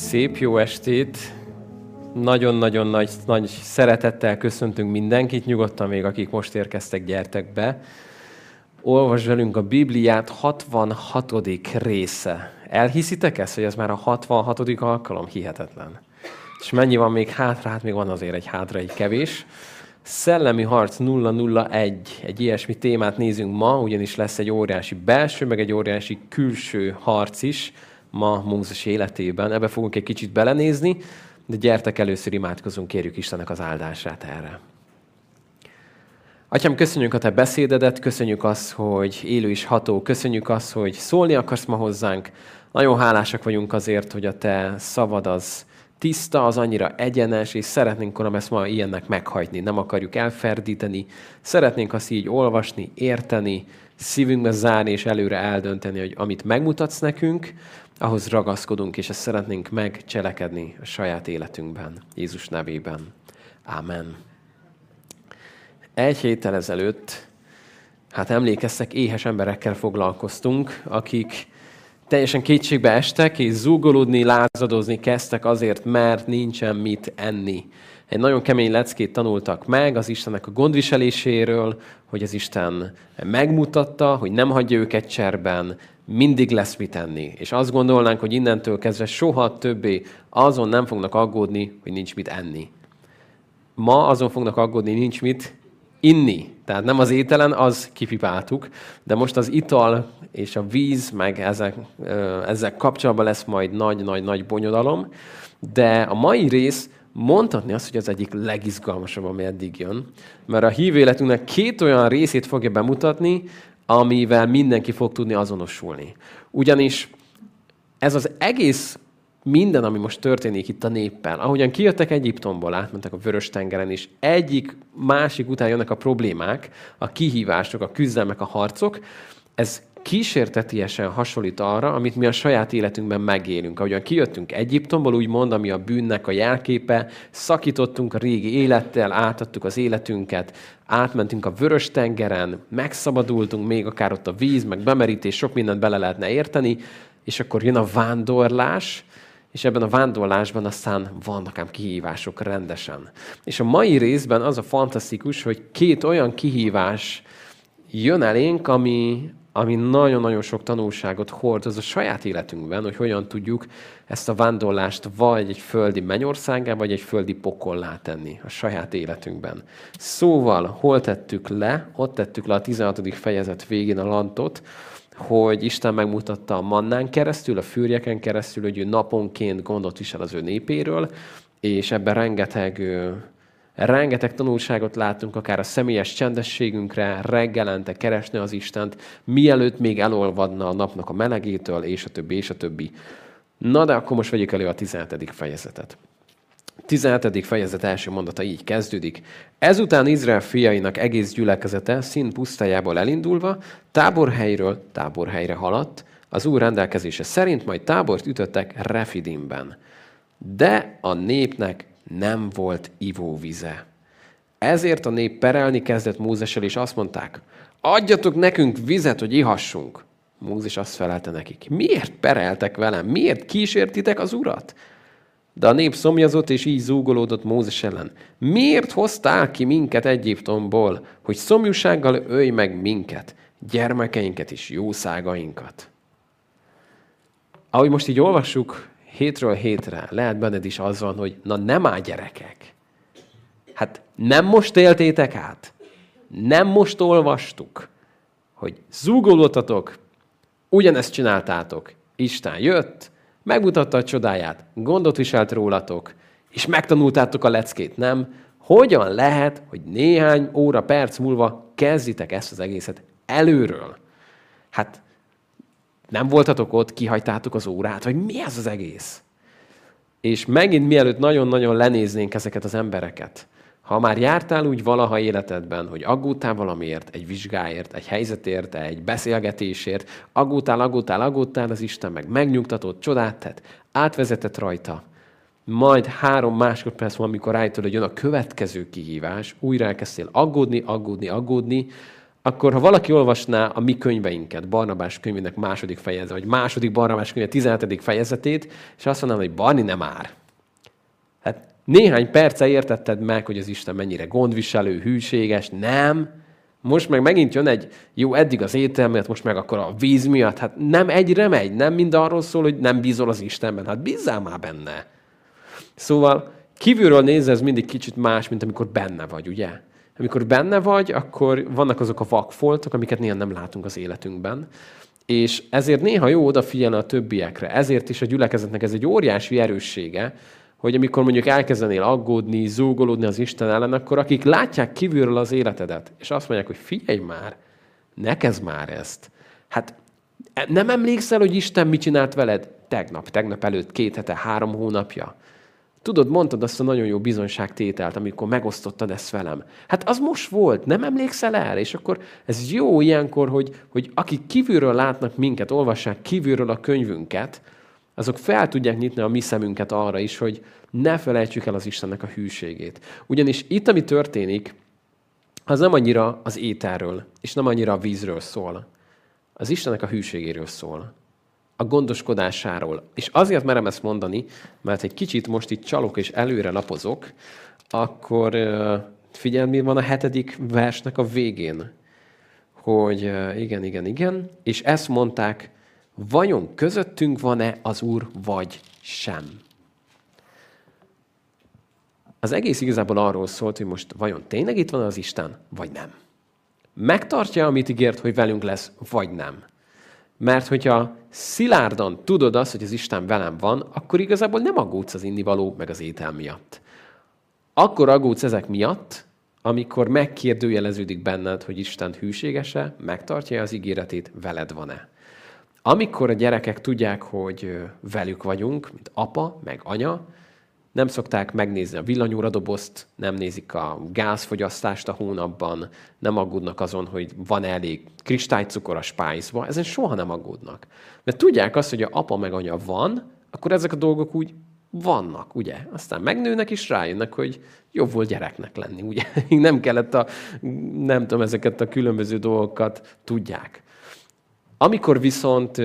Szép jó estét! Nagyon-nagyon nagy szeretettel köszöntünk mindenkit, nyugodtan még akik most érkeztek, gyertek be. Olvasd velünk a Bibliát 66. része. Elhiszitek ezt, hogy ez már a 66. alkalom? Hihetetlen. És mennyi van még hátra? Hát még van azért egy kevés. Szellemi harc 001. Egy ilyesmi témát nézünk ma, ugyanis lesz egy óriási belső, meg egy óriási külső harc is ma Mózes életében. Ebbe fogunk egy kicsit belenézni, de gyertek először imádkozunk, kérjük Istennek az áldását erre. Atyám, köszönjük a te beszédedet, köszönjük azt, hogy élő és ható, köszönjük azt, hogy szólni akarsz ma hozzánk. Nagyon hálásak vagyunk azért, hogy a te szavad az tiszta, az annyira egyenes, és szeretnénk, Uram, ezt ma ilyennek meghajtni. Nem akarjuk elferdíteni, szeretnénk azt így olvasni, érteni, szívünkbe zárni és előre eldönteni, hogy amit megmutatsz nekünk, ahhoz ragaszkodunk, és ezt szeretnénk megcselekedni a saját életünkben. Jézus nevében. Ámen. Egy héttel ezelőtt, emlékeztek, éhes emberekkel foglalkoztunk, akik teljesen kétségbe estek, és zúgolódni, lázadozni kezdtek azért, mert nincsen mit enni. Egy nagyon kemény leckét tanultak meg az Istennek a gondviseléséről, hogy az Isten megmutatta, hogy nem hagyja őket cserben, mindig lesz mit enni. És azt gondolnánk, hogy innentől kezdve soha többé azon nem fognak aggódni, hogy nincs mit enni. Ma azon fognak aggódni, nincs mit inni. Tehát nem az ételen, az kipipáltuk, de most az ital és a víz, meg ezzel kapcsolatban lesz majd nagy bonyodalom. De a mai rész mondhatni azt, hogy az egyik legizgalmasabb, ami eddig jön. Mert a hív életünknek két olyan részét fogja bemutatni, amivel mindenki fog tudni azonosulni. Ugyanis ez az egész minden, ami most történik itt a néppel, ahogyan kijöttek Egyiptomból, átmentek a Vörös-tengeren, és egyik másik után jönnek a problémák, a kihívások, a küzdelmek, a harcok, ez kísértetiesen hasonlít arra, amit mi a saját életünkben megélünk. Ahogyan kijöttünk Egyiptomból, úgymond, ami a bűnnek a jelképe, szakítottunk a régi élettel, átadtuk az életünket, átmentünk a Vörös-tengeren, megszabadultunk, még akár ott a víz, meg bemerítés, sok mindent bele lehetne érteni, és akkor jön a vándorlás, és ebben a vándorlásban aztán vannak ám kihívások rendesen. És a mai részben az a fantasztikus, hogy két olyan kihívás jön elénk, ami nagyon-nagyon sok tanulságot hordoz a saját életünkben, hogy hogyan tudjuk ezt a vándorlást vagy egy földi mennyországgá, vagy egy földi pokollá tenni a saját életünkben. Szóval, hol tettük le? Ott tettük le a 16. fejezet végén a lantot, hogy Isten megmutatta a mannán keresztül, a fűrjeken keresztül, hogy ő naponként gondot visel az ő népéről, és ebben rengeteg tanulságot látunk, akár a személyes csendességünkre, reggelente keresni az Istent, mielőtt még elolvadna a napnak a melegétől, és a többi, és a többi. Na, de akkor most vegyük elő a 17. fejezetet. 17. fejezet első mondata így kezdődik. Ezután Izrael fiainak egész gyülekezete Szín pusztájából elindulva táborhelyről táborhelyre haladt, az Úr rendelkezése szerint majd tábort ütöttek Refidimben. De a népnek nem volt ivóvize. Ezért a nép perelni kezdett Mózessel, és azt mondták, adjatok nekünk vizet, hogy ihassunk. Mózes azt felelte nekik, miért pereltek velem? Miért kísértitek az Urat? De a nép szomjazott, és így zúgolódott Mózes ellen. Miért hoztál ki minket Egyiptomból, hogy szomjúsággal ölj meg minket, gyermekeinket és jószágainkat? Ahogy most így olvassuk, hétről hétre, lehet benned is az van, hogy na nem áll gyerekek. Hát nem most éltétek át? Nem most olvastuk, hogy zúgolódtatok, ugyanezt csináltátok. Isten jött, megmutatta a csodáját, gondot viselt rólatok, és megtanultátok a leckét, nem? Hogyan lehet, hogy néhány óra, perc múlva kezditek ezt az egészet előről? Hát nem voltatok ott, kihagytátok az órát, vagy mi ez az egész? És megint mielőtt nagyon-nagyon lenéznénk ezeket az embereket, ha már jártál úgy valaha életedben, hogy aggódtál valamiért, egy vizsgáért, egy helyzetért, egy beszélgetésért, aggódtál, az Isten meg megnyugtatott, csodát tett, átvezetett rajta, majd 3 másodperc van, amikor rájöttél, hogy jön a következő kihívás, újra elkezdtél aggódni, akkor ha valaki olvasná a mi könyveinket, Barnabás könyvének második fejezet, vagy második Barnabás könyve 17. fejezetét, és azt mondaná, hogy Barni, nem már. Hát néhány perce értetted meg, hogy az Isten mennyire gondviselő, hűséges, nem. Most meg megint jön egy, jó, eddig az étel miatt, most meg akkor a víz miatt. Hát nem egyre megy, nem mind arról szól, hogy nem bízol az Istenben. Hát bízzál már benne. Szóval kívülről nézve ez mindig kicsit más, mint amikor benne vagy, ugye? Amikor benne vagy, akkor vannak azok a vakfoltok, amiket néha nem látunk az életünkben. És ezért néha jó odafigyelni a többiekre. Ezért is a gyülekezetnek ez egy óriási erőssége, hogy amikor mondjuk elkezdenél aggódni, zúgolódni az Isten ellen, akkor akik látják kívülről az életedet, és azt mondják, hogy figyelj már, ne kezd már ezt. Hát nem emlékszel, hogy Isten mit csinált veled tegnap előtt, 2 hete, 3 hónapja? Tudod, mondtad azt a nagyon jó bizonyságtételt, amikor megosztottad ezt velem. Hát az most volt, nem emlékszel el? És akkor ez jó ilyenkor, hogy akik kívülről látnak minket, olvassák kívülről a könyvünket, azok fel tudják nyitni a mi szemünket arra is, hogy ne felejtsük el az Istennek a hűségét. Ugyanis itt, ami történik, az nem annyira az ételről, és nem annyira a vízről szól. Az Istennek a hűségéről szól. A gondoskodásáról. És azért merem ezt mondani, mert egy kicsit most itt csalok és előre lapozok, akkor figyelj, mi van a 7. versnek a végén. Hogy igen, és ezt mondták, vajon közöttünk van-e az Úr, vagy sem? Az egész igazából arról szólt, hogy most vajon tényleg itt van az Isten, vagy nem. Megtartja, amit ígért, hogy velünk lesz, vagy nem. Mert hogyha szilárdan tudod azt, hogy az Isten velem van, akkor igazából nem aggódsz az innivaló, meg az étel miatt. Akkor aggódsz ezek miatt, amikor megkérdőjeleződik benned, hogy Isten hűségese, megtartja az ígéretét, veled van-e. Amikor a gyerekek tudják, hogy velük vagyunk, mint apa, meg anya, nem szokták megnézni a villanyóradobozt, nem nézik a gázfogyasztást a hónapban, nem aggódnak azon, hogy van elég kristálycukor a spájzba, ezen soha nem aggódnak. Mert tudják azt, hogy a apa meg anya van, akkor ezek a dolgok úgy vannak, ugye? Aztán megnőnek és rájönnek, hogy jobb volt gyereknek lenni, ugye? Nem kellett nem tudom, ezeket a különböző dolgokat tudják. Amikor viszont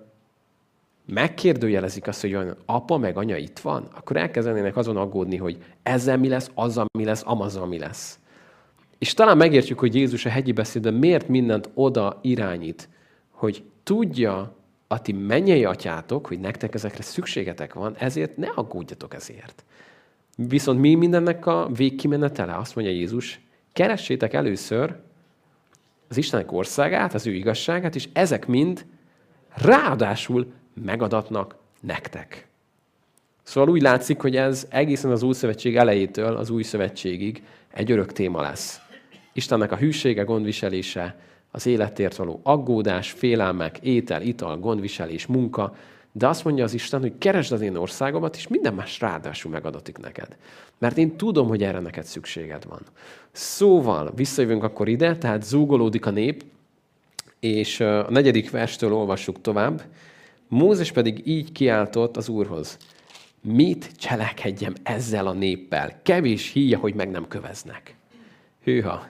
megkérdőjelezik azt, hogy olyan apa meg anya itt van, akkor elkezdenének azon aggódni, hogy ezzel mi lesz, azzal mi lesz, amazzal mi lesz. És talán megértjük, hogy Jézus a hegyi beszédben miért mindent oda irányít, hogy tudja a ti mennyei atyátok, hogy nektek ezekre szükségetek van, ezért ne aggódjatok ezért. Viszont mi mindennek a végkimenetele? Azt mondja Jézus, keressétek először az Istenek országát, az ő igazságát, és ezek mind ráadásul megadatnak nektek. Szóval úgy látszik, hogy ez egészen az Ószövetség elejétől az Új Szövetségig egy örök téma lesz. Istennek a hűsége, gondviselése, az életért való aggódás, félelmek, étel, ital, gondviselés, munka, de azt mondja az Isten, hogy keresd az én országomat, és minden más ráadásul megadatik neked. Mert én tudom, hogy erre neked szükséged van. Szóval visszajövünk akkor ide, tehát zúgolódik a nép, és a 4. verstől olvassuk tovább. Mózes pedig így kiáltott az Úrhoz. Mit cselekedjem ezzel a néppel? Kevés híja, hogy meg nem köveznek. Hűha!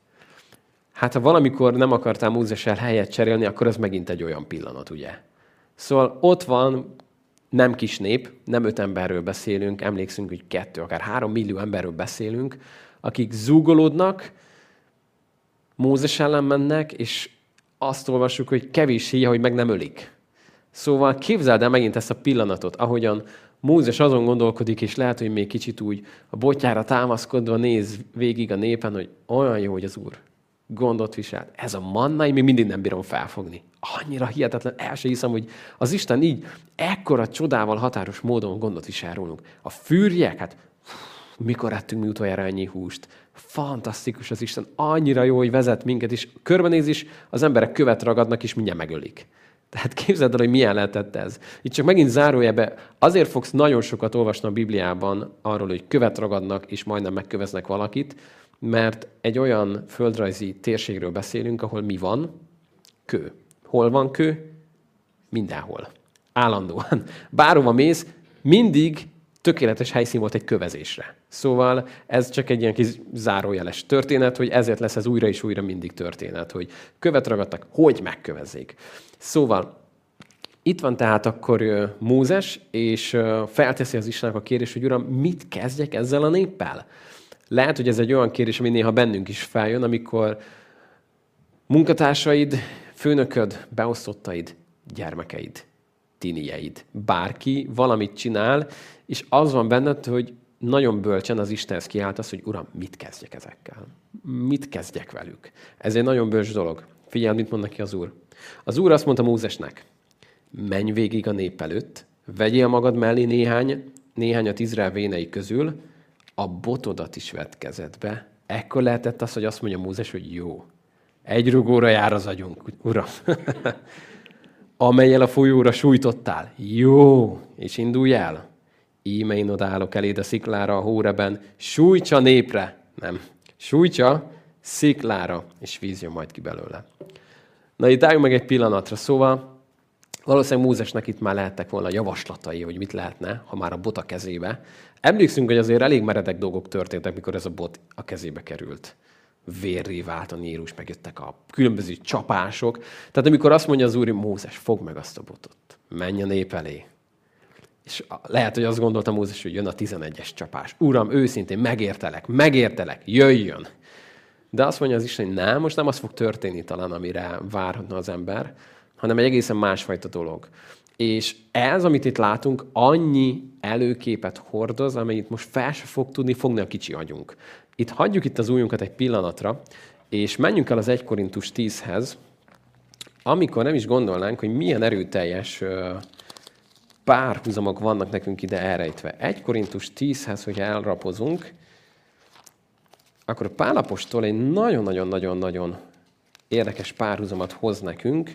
Hát ha valamikor nem akartál Mózessel helyet cserélni, akkor ez megint egy olyan pillanat, ugye? Szóval ott van nem kis nép, nem 5 emberről beszélünk, emlékszünk, hogy 2, akár 3 millió emberről beszélünk, akik zúgolódnak, Mózes ellen mennek, és azt olvassuk, hogy kevés híja, hogy meg nem ölik. Szóval képzeld el megint ezt a pillanatot, ahogyan Mózes azon gondolkodik, és lehet, hogy még kicsit úgy a botjára támaszkodva néz végig a népen, hogy olyan jó, hogy az Úr gondot viselt. Ez a manna, én még mindig nem bírom felfogni. Annyira hihetetlen, el sem hiszem, hogy az Isten így ekkora csodával, határos módon gondot visel rólunk. A fűrjek, hát mikor ettünk mi utoljára ennyi húst? Fantasztikus az Isten, annyira jó, hogy vezet minket, és körbenéz is, az emberek követ ragadnak, és mindjárt megölik. Tehát képzeld el, hogy milyen lehetett ez. Itt csak megint zárójelbe, azért fogsz nagyon sokat olvasni a Bibliában arról, hogy követ ragadnak, és majdnem megköveznek valakit, mert egy olyan földrajzi térségről beszélünk, ahol mi van? Kő. Hol van kő? Mindenhol. Állandóan. Bárhova mész, mindig tökéletes helyszín volt egy kövezésre. Szóval ez csak egy ilyen kis zárójeles történet, hogy ezért lesz ez újra és újra mindig történet, hogy követ ragadtak, hogy megkövezzék. Szóval itt van tehát akkor Mózes, és felteszi az Istennek a kérdést, hogy Uram, mit kezdjek ezzel a néppel? Lehet, hogy ez egy olyan kérdés, ami néha bennünk is feljön, amikor munkatársaid, főnököd, beosztottaid, gyermekeid, tinijeid, bárki valamit csinál, és az van benned, hogy nagyon bölcsen az Istenhez kiáltasz, hogy Uram, mit kezdjek ezekkel? Mit kezdjek velük? Ez egy nagyon bölcs dolog. Figyeld, mit mond neki az Úr. Az Úr azt mondta Mózesnek, menj végig a nép előtt, vegyél magad mellé néhányat Izrael vénei közül, a botodat is vedd kezedbe. Ekkor lehetett az, hogy azt mondja Mózes, hogy jó. Egy rugóra jár az agyunk, Uram. Amellyel a folyóra sújtottál. Jó, és indulj el. Íme én odaállok eléd a sziklára a Hóreben, sújtsa népre. Nem, sújtsa sziklára, és víz jön majd ki belőle. Na itt álljunk meg egy pillanatra. Szóval valószínűleg Mózesnek itt már lehettek volna javaslatai, hogy mit lehetne, ha már a bot a kezébe. Emlékszünk, hogy azért elég meredek dolgok történtek, mikor ez a bot a kezébe került. Vérré vált a Nílus, megjöttek a különböző csapások. Tehát amikor azt mondja az Úr, Mózes, fogd meg azt a botot, menj a nép elé. És lehet, hogy azt gondolta Mózes, hogy jön a 11-es csapás. Uram, őszintén megértelek, jöjjön. De azt mondja az Isten, hogy nem, most nem az fog történni talán, amire várhatna az ember, hanem egy egészen másfajta dolog. És ez, amit itt látunk, annyi előképet hordoz, amennyit most fel se fog tudni fogni a kicsi agyunk. Itt hagyjuk itt az ujjunkat egy pillanatra, és menjünk el az 1 Korintus 10-hez, amikor nem is gondolnánk, hogy milyen erőteljes párhuzamok vannak nekünk ide elrejtve. 1 Korintus 10-hez, hogyha elrapozunk, akkor a Pál apostol egy nagyon-nagyon-nagyon-nagyon érdekes párhuzamot hoz nekünk.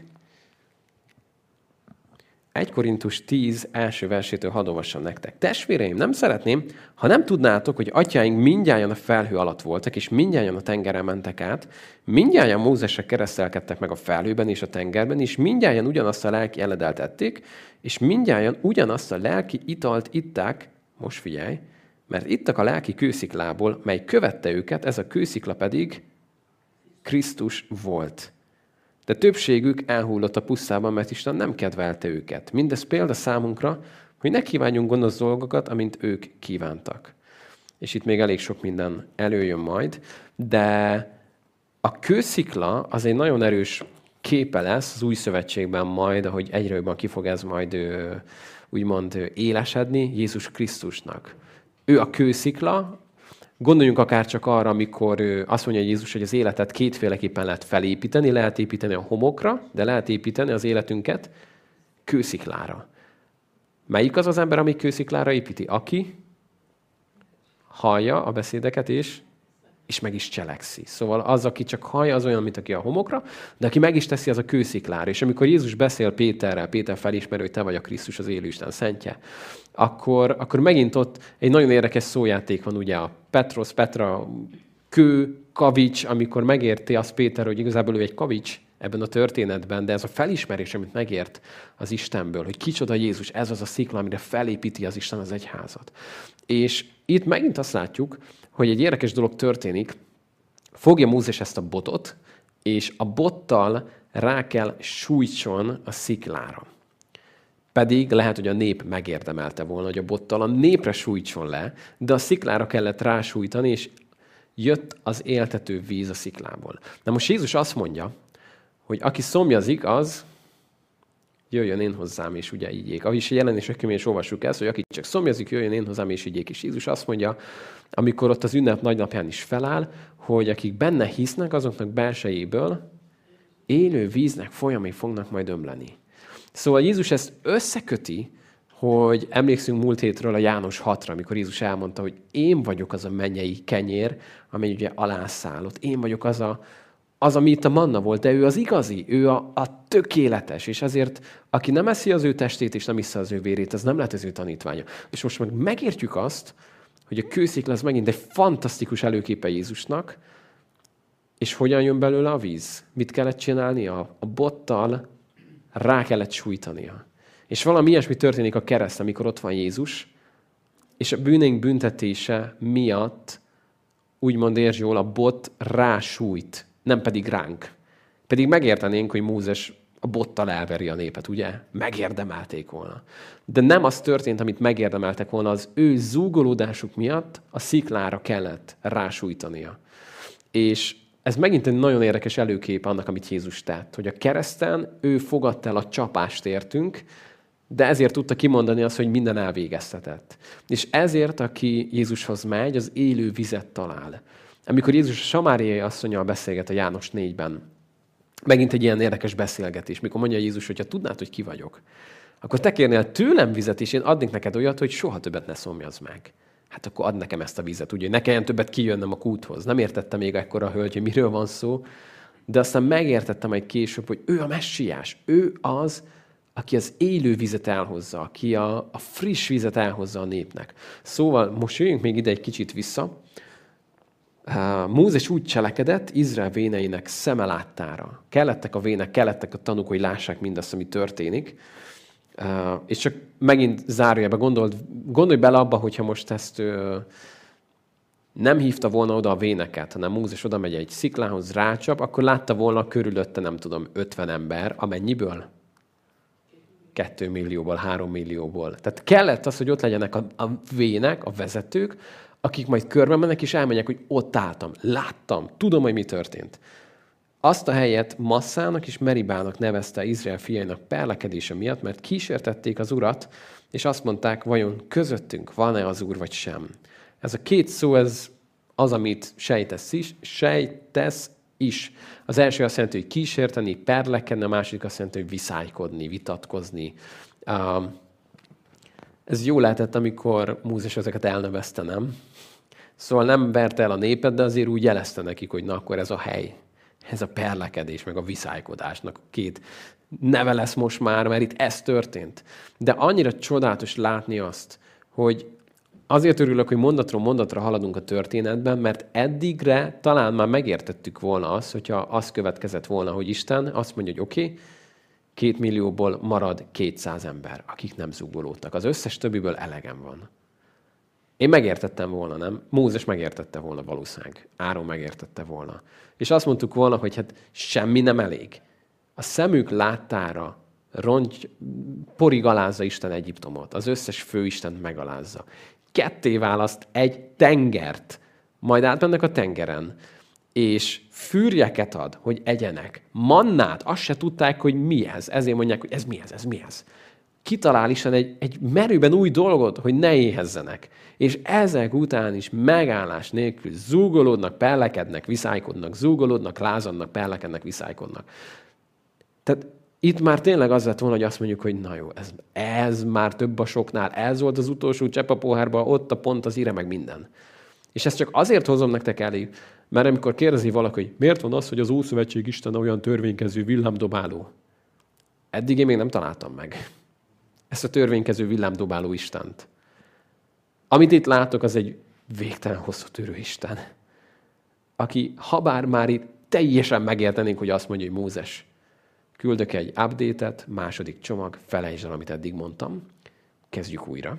1 Korintus 10 első versétől hadd olvassam nektek. Testvéreim, nem szeretném, ha nem tudnátok, hogy atyáink mindnyájan a felhő alatt voltak, és mindnyájan a tengeren mentek át, mindnyájan Mózesre keresztelkedtek meg a felhőben és a tengerben, és mindnyájan ugyanazt a lelki eledelt ették, és mindnyájan ugyanazt a lelki italt itták, most figyelj, mert ittak a lelki kősziklából, mely követte őket, ez a kőszikla pedig Krisztus volt. De többségük elhullott a pusztában, mert Isten nem kedvelte őket. Mindez példa számunkra, hogy ne kívánjunk gonosz dolgokat, amint ők kívántak. És itt még elég sok minden előjön majd, de a kőszikla az egy nagyon erős képe lesz az új szövetségben majd, ahogy egyre jobban ki fog ez majd úgymond élesedni Jézus Krisztusnak. Ő a kőszikla. Gondoljunk akár csak arra, amikor azt mondja Jézus, hogy az életet kétféleképpen lehet felépíteni. Lehet építeni a homokra, de lehet építeni az életünket kősziklára. Melyik az az ember, ami kősziklára építi? Aki hallja a beszédeket és meg is cselekszi. Szóval az, aki csak hallja, az olyan, mint aki a homokra, de aki meg is teszi, az a kősziklára. És amikor Jézus beszél Péterrel, Péter felismerő, hogy te vagy a Krisztus, az élő Isten szentje, akkor megint ott egy nagyon érdekes szójáték van, ugye a Petra, kő, kavics, amikor megérti azt Péter, hogy igazából ő egy kavics ebben a történetben, de ez a felismerés, amit megért az Istenből, hogy kicsoda Jézus, ez az a szikla, amire felépíti az Isten az egyházat. És itt megint azt látjuk, hogy egy érdekes dolog történik, fogja Mózes ezt a botot, és a bottal rá kell sújtson a sziklára. Pedig lehet, hogy a nép megérdemelte volna, hogy a bottal a népre sújtson le, de a sziklára kellett rásújtani, és jött az éltető víz a sziklából. Na most Jézus azt mondja, hogy aki szomjazik, az jöjjön én hozzám, és ugye ígyék. Ahogy is a Jelenések könyvén is olvassuk ezt, hogy aki csak szomjazik, jöjjön én hozzám, és ígyék. És Jézus azt mondja, amikor ott az ünnep nagynapján is feláll, hogy akik benne hisznek, azoknak belsejéből élő víznek folyamai fognak majd ömleni. Szóval Jézus ezt összeköti, hogy emlékszünk múlt hétről a János 6-ra, amikor Jézus elmondta, hogy én vagyok az a mennyei kenyér, amely ugye alászállott. Én vagyok az, ami itt a manna volt, de ő az igazi, ő a tökéletes, és ezért aki nem eszi az ő testét, és nem issza az ő vérét, az nem lehet az ő tanítványa. És most meg megértjük azt, hogy a kőszikla az megint egy fantasztikus előképe Jézusnak, és hogyan jön belőle a víz? Mit kellett csinálnia? A bottal rá kellett sújtania. És valami ilyesmi történik a kereszt, amikor ott van Jézus, és a bűneink büntetése miatt, úgymond értsd jól, a bot rásújt, nem pedig ránk. Pedig megértenénk, hogy Mózes a bottal elveri a népet, ugye? Megérdemelték volna. De nem az történt, amit megérdemeltek volna, az ő zúgolódásuk miatt a sziklára kellett rásújtania. És ez megint egy nagyon érdekes előkép annak, amit Jézus tett, hogy a kereszten ő fogadta el a csapást értünk, de ezért tudta kimondani azt, hogy minden elvégeztetett. És ezért, aki Jézushoz megy, az élő vizet talál. Amikor Jézus a samáriai asszonnyal beszélget a János 4-ben, megint egy ilyen érdekes beszélgetés, mikor mondja Jézus, hogy ha tudnád, hogy ki vagyok, akkor te kérnél tőlem vizet, és én adnék neked olyat, hogy soha többet ne szomjazz meg. Hát akkor add nekem ezt a vizet, ugye, ne kelljen többet kijönnöm a kúthoz. Nem értettem még ekkor a hölgy, hogy miről van szó, de aztán megértettem egy később, hogy ő a messiás, ő az, aki az élő vizet elhozza, aki a friss vizet elhozza a népnek. Szóval most jöjjünk még ide egy kicsit vissza. Mózes úgy cselekedett Izrael véneinek szeme láttára. Kellettek a vének, kellettek a tanúk, hogy lássák mindazt, ami történik. És csak megint zárójelbe gondolj bele abba, hogyha most ezt nem hívta volna oda a véneket, hanem Mózes oda megy egy sziklához, rácsap, akkor látta volna körülötte, nem tudom, 50 ember, amennyiből? 2 millióból, 3 millióból. Tehát kellett az, hogy ott legyenek a vének, a vezetők, akik majd körbe mennek, és elmenjek, hogy ott álltam, láttam, tudom, hogy mi történt. Azt a helyet Massának és Meribának nevezte Izrael fiainak perlekedése miatt, mert kísértették az Urat, és azt mondták, vajon közöttünk van-e az Úr, vagy sem. Ez a két szó, ez az, amit sejtesz is. Az első azt jelenti, hogy kísérteni, perlekedni, a második azt jelenti, hogy viszálykodni, vitatkozni. Ez jó lehetett, amikor Mózes ezeket elnevezte, nem? Szóval nem verte el a népet, de azért úgy jelezte nekik, hogy na, akkor ez a hely, ez a perlekedés, meg a viszálykodásnak két neve lesz most már, mert itt ez történt. De annyira csodálatos látni azt, hogy azért örülök, hogy mondatról mondatra haladunk a történetben, mert eddigre talán már megértettük volna azt, hogyha az következett volna, hogy Isten azt mondja, hogy oké, 2 millióból marad 200 ember, akik nem zúgolódtak. Az összes többiből elegem van. Én megértettem volna, nem? Mózes megértette volna valószínűleg. Áron megértette volna. És azt mondtuk volna, hogy hát semmi nem elég. A szemük láttára porig alázza Isten Egyiptomot. Az összes főistent megalázza. Ketté választ egy tengert. Majd átmennek a tengeren. És fűrjeket ad, hogy egyenek. Mannát, azt se tudták, hogy mi ez. Ezért mondják, hogy ez mi ez. Kitalál Isten egy merőben új dolgot, hogy ne éhezzenek. És ezek után is megállás nélkül zúgolódnak, perlekednek, viszálykodnak, zúgolódnak, lázadnak, perlekednek, viszálykodnak. Tehát itt már tényleg az lett volna, hogy azt mondjuk, hogy na jó, ez már több a soknál, ez volt az utolsó csepp a pohárba, ott a pont, az íre, meg minden. És ezt csak azért hozom nektek elé, mert amikor kérdezi valaki, hogy miért van az, hogy az Ószövetség Isten olyan törvénykező villámdobáló? Eddig én még nem találtam meg ezt a törvénykező villámdobáló Istent. Amit itt látok, az egy végtelen hosszú törő Isten, aki habár már itt teljesen megértenénk, hogy azt mondja, hogy Mózes, küldök egy update-et, második csomag, felejtsd el, amit eddig mondtam, kezdjük újra.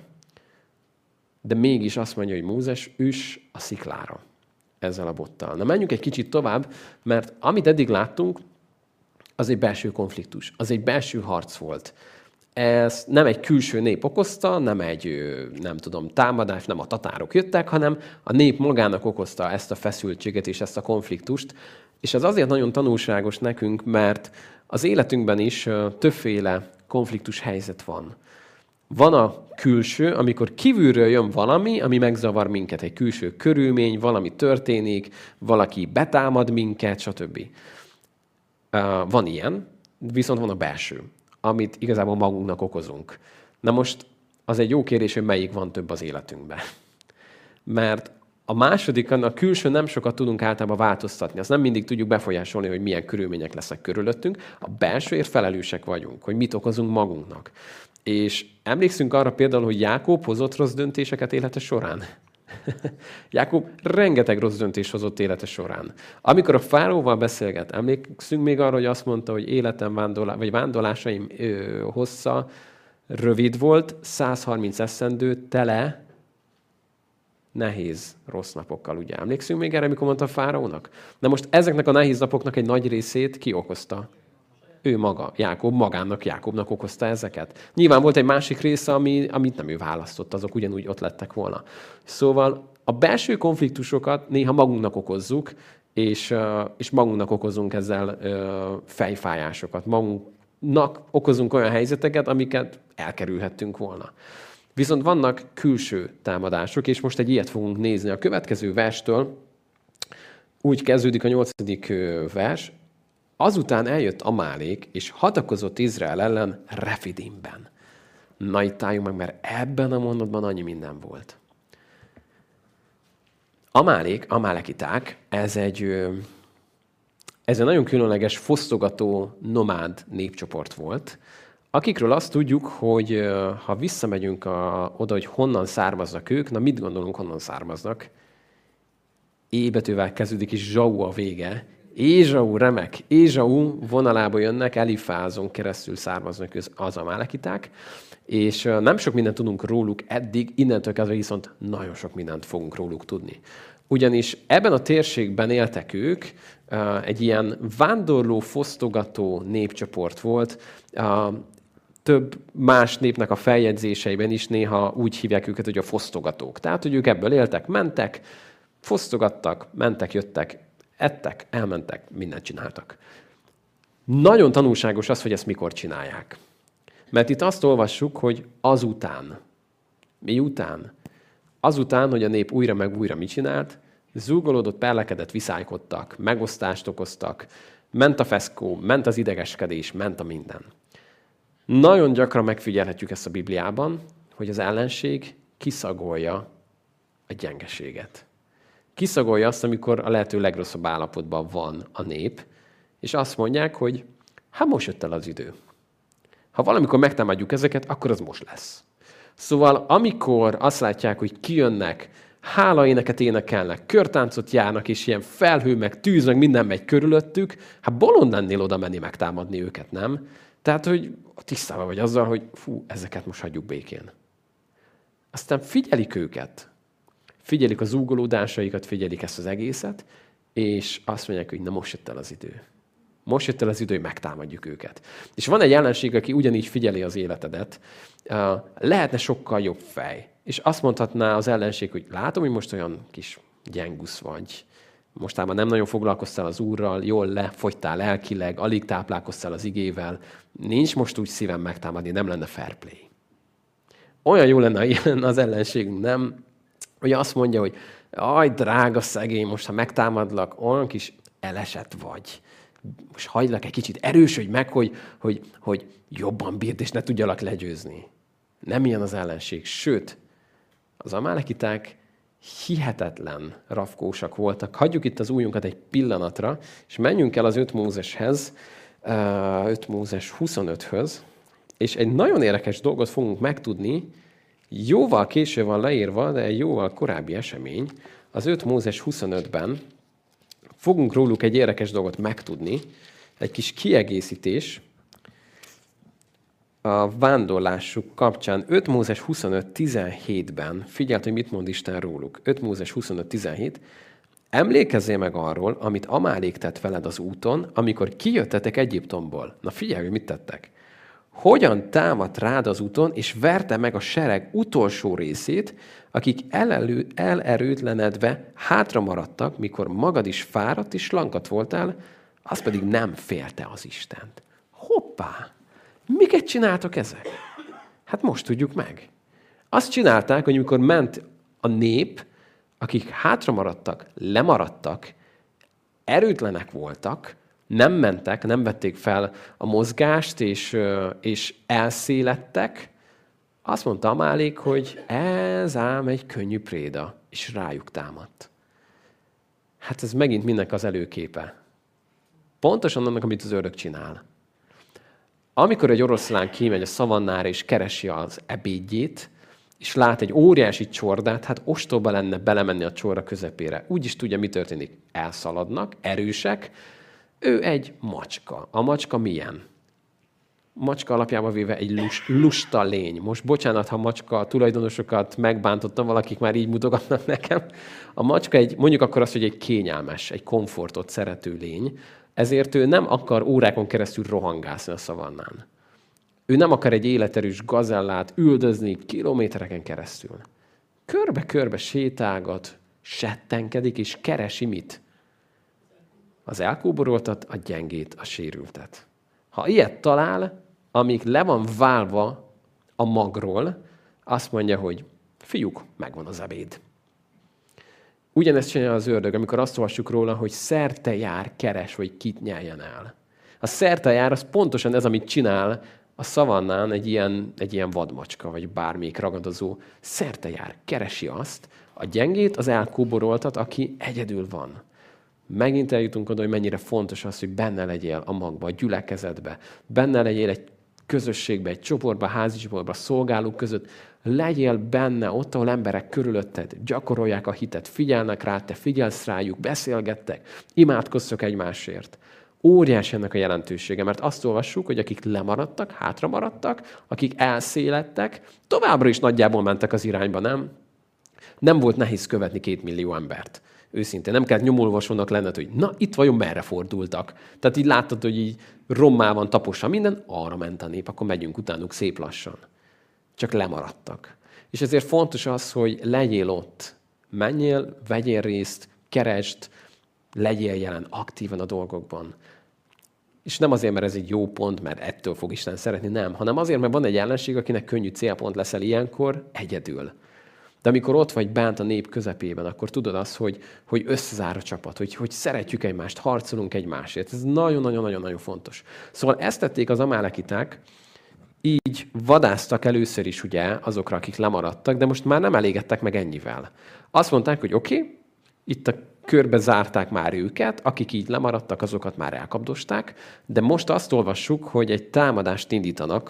De mégis azt mondja, hogy Mózes, üss a sziklára ezzel a bottal. Na menjünk egy kicsit tovább, mert amit eddig láttunk, az egy belső konfliktus, az egy belső harc volt. Ez nem egy külső nép okozta, nem egy, támadás, nem a tatárok jöttek, hanem a nép magának okozta ezt a feszültséget és ezt a konfliktust. És ez azért nagyon tanulságos nekünk, mert az életünkben is többféle konfliktus helyzet van. Van a külső, amikor kívülről jön valami, ami megzavar minket, egy külső körülmény, valami történik, valaki betámad minket, stb. Van ilyen, viszont van a belső, amit igazából magunknak okozunk. Na most az egy jó kérdés, hogy melyik van több az életünkben. Mert a másodikon, a külső nem sokat tudunk általában változtatni. Azt nem mindig tudjuk befolyásolni, hogy milyen körülmények lesznek körülöttünk. A belsőért felelősek vagyunk, hogy mit okozunk magunknak. És emlékszünk arra például, hogy Jákob hozott rossz döntéseket élete során. Jákob rengeteg rossz döntést hozott élete során. Amikor a fáraóval beszélget, emlékszünk még arra, hogy azt mondta, hogy életem vándorlásaim hossza rövid volt, 130 esztendő tele nehéz, rossz napokkal, ugye emlékszünk még erre, amikor mondta a fáraónak? Na most ezeknek a nehéz napoknak egy nagy részét ki okozta? Ő maga, Jákobnak okozta ezeket. Nyilván volt egy másik része, amit nem ő választott, azok ugyanúgy ott lettek volna. Szóval a belső konfliktusokat néha magunknak okozzuk, és magunknak okozunk ezzel fejfájásokat. Magunknak okozunk olyan helyzeteket, amiket elkerülhettünk volna. Viszont vannak külső támadások, és most egy ilyet fogunk nézni. A következő verstől úgy kezdődik a 8. vers. Azután eljött Amálék, és hadakozott Izrael ellen Refidimben. Na itt álljunk meg, mert ebben a mondatban annyi minden volt. Amálekiták, ez egy nagyon különleges, fosztogató, nomád népcsoport volt, akikről azt tudjuk, hogy ha visszamegyünk oda, hogy honnan származnak ők, na mit gondolunk, honnan származnak? É betűvel kezdődik, és Zsau a vége. Ézsau remek. Ézsau vonalába jönnek, Elifázon keresztül származnak az amálekiták, és nem sok mindent tudunk róluk eddig, innentől kezdve viszont nagyon sok mindent fogunk róluk tudni. Ugyanis ebben a térségben éltek ők, egy ilyen vándorló, fosztogató népcsoport volt. Több más népnek a feljegyzéseiben is néha úgy hívják őket, hogy a fosztogatók. Tehát, hogy ők ebből éltek, mentek, fosztogattak, mentek, jöttek, ettek, elmentek, mindent csináltak. Nagyon tanulságos az, hogy ezt mikor csinálják. Mert itt azt olvassuk, hogy azután. Miután? Azután, hogy a nép újra meg újra mit csinált, zúgolódott, perlekedett, viszálykodtak, megosztást okoztak, ment a feszkó, ment az idegeskedés, ment a minden. Nagyon gyakran megfigyelhetjük ezt a Bibliában, hogy az ellenség kiszagolja a gyengeséget. Kiszagolja azt, amikor a lehető legrosszabb állapotban van a nép, és azt mondják, hogy hát most jött el az idő. Ha valamikor megtámadjuk ezeket, akkor az most lesz. Szóval amikor azt látják, hogy kijönnek, hálaéneket énekelnek, körtáncot járnak, és ilyen felhő, meg tűz, meg minden megy körülöttük, hát bolond lennél oda menni megtámadni őket, nem? Tehát, hogy tisztában vagy azzal, hogy ezeket most hagyjuk békén. Aztán figyelik őket, figyelik a zúgolódásaikat, figyelik ezt az egészet, és azt mondják, hogy na most jött el az idő. Most jött el az idő, hogy megtámadjuk őket. És van egy ellenség, aki ugyanígy figyeli az életedet, lehetne sokkal jobb fej. És azt mondhatná az ellenség, hogy látom, hogy most olyan kis gyengusz vagy. Mostában nem nagyon foglalkoztál az Úrral, jól lefogytál lelkileg, alig táplálkoztál az igével. Nincs most úgy szívem megtámadni, nem lenne fair play. Olyan jó lenne, ha ilyen az ellenségünk, nem? Hogy azt mondja, hogy aj, drága szegény, most ha megtámadlak, olyan kis elesett vagy. Most hagylak egy kicsit, erősödj meg, hogy jobban bírd, és ne tudjalak legyőzni. Nem ilyen az ellenség. Sőt, az amálekiták hihetetlen rafkósak voltak. Hagyjuk itt az ujjunkat egy pillanatra, és menjünk el az 5 Mózeshez, 5 Mózes 25-höz, és egy nagyon érdekes dolgot fogunk megtudni, jóval később van leírva, de egy jóval korábbi esemény. Az 5 Mózes 25-ben fogunk róluk egy érdekes dolgot megtudni, egy kis kiegészítés a vándorlásuk kapcsán. 5 Mózes 25.17-ben, figyeld, hogy mit mond Isten róluk. 5 Mózes 25.17. Emlékezzél meg arról, amit Amálék tett veled az úton, amikor kijöttetek Egyiptomból. Na figyelj, hogy mit tettek. Hogyan támadt rád az úton, és verte meg a sereg utolsó részét, akik elerőtlenedve hátra maradtak, mikor magad is fáradt és lankat voltál, az pedig nem félte az Istent. Hoppá! Miket csináltak ezek? Hát most tudjuk meg. Azt csinálták, hogy amikor ment a nép, akik hátra maradtak, lemaradtak, erőtlenek voltak, nem mentek, nem vették fel a mozgást, és elszélettek, azt mondta Amálék, hogy ez ám egy könnyű préda, és rájuk támadt. Hát ez megint mindennek az előképe. Pontosan annak, amit az ördög csinál. Amikor egy oroszlán kimegy a szavannára, és keresi az ebédjét, és lát egy óriási csordát, hát ostoba lenne belemenni a csorda közepére. Úgy is tudja, mi történik. Elszaladnak, erősek. Ő egy macska. A macska milyen? macska alapjában véve egy lusta lény. Most bocsánat, ha macska tulajdonosokat megbántottam, valakik már így mutogatnak nekem. A macska mondjuk akkor azt, hogy egy kényelmes, egy komfortot szerető lény, ezért ő nem akar órákon keresztül rohangászni a szavannán. Ő nem akar egy életerős gazellát üldözni kilométereken keresztül. Körbe-körbe sétálgat, settenkedik, és keresi mit? Az elkóboroltat, a gyengét, a sérültet. Ha ilyet talál, amíg le van válva a magról, azt mondja, hogy fiúk, megvan az ebéd. Ugyanezt csinálja az ördög, amikor azt olvassuk róla, hogy szerte jár, keres, hogy kit nyeljen el. A szerte jár, az pontosan ez, amit csinál a szavannán egy ilyen vadmacska, vagy bármelyik ragadozó. Szerte jár, keresi azt, a gyengét, az elkóboroltat, aki egyedül van. Megint eljutunk oda, hogy mennyire fontos az, hogy benne legyél a magba, a gyülekezetbe, benne legyél egy közösségbe, egy csoportba, házi csoportba, szolgálók között, legyél benne ott, ahol emberek körülötted gyakorolják a hitet, figyelnek rá, te figyelsz rájuk, beszélgettek, imádkozztok egymásért. Óriási ennek a jelentősége, mert azt olvassuk, hogy akik lemaradtak, hátra maradtak, akik elszélettek, továbbra is nagyjából mentek az irányba, nem? Nem volt nehéz követni 2 millió embert. Őszintén, nem kellett nyomolvasónak lenned, hogy na, itt vajon merre fordultak. Tehát így láttad, hogy így rommá van, tapossa minden, arra ment a nép, akkor megyünk utánuk szép lassan. Csak lemaradtak. És ezért fontos az, hogy legyél ott. Menjél, vegyél részt, keresd, legyél jelen aktívan a dolgokban. És nem azért, mert ez egy jó pont, mert ettől fog Isten szeretni, nem, hanem azért, mert van egy ellenség, akinek könnyű célpont leszel ilyenkor egyedül. De amikor ott vagy bent a nép közepében, akkor tudod azt, hogy összezár a csapat, hogy szeretjük egymást, harcolunk egymásért. Ez nagyon-nagyon-nagyon fontos. Szóval ezt tették az amálekiták, így vadásztak először is ugye azokra, akik lemaradtak, de most már nem elégedtek meg ennyivel. Azt mondták, hogy oké, itt a körbe zárták már őket, akik így lemaradtak, azokat már elkapdosták, de most azt olvassuk, hogy egy támadást indítanak,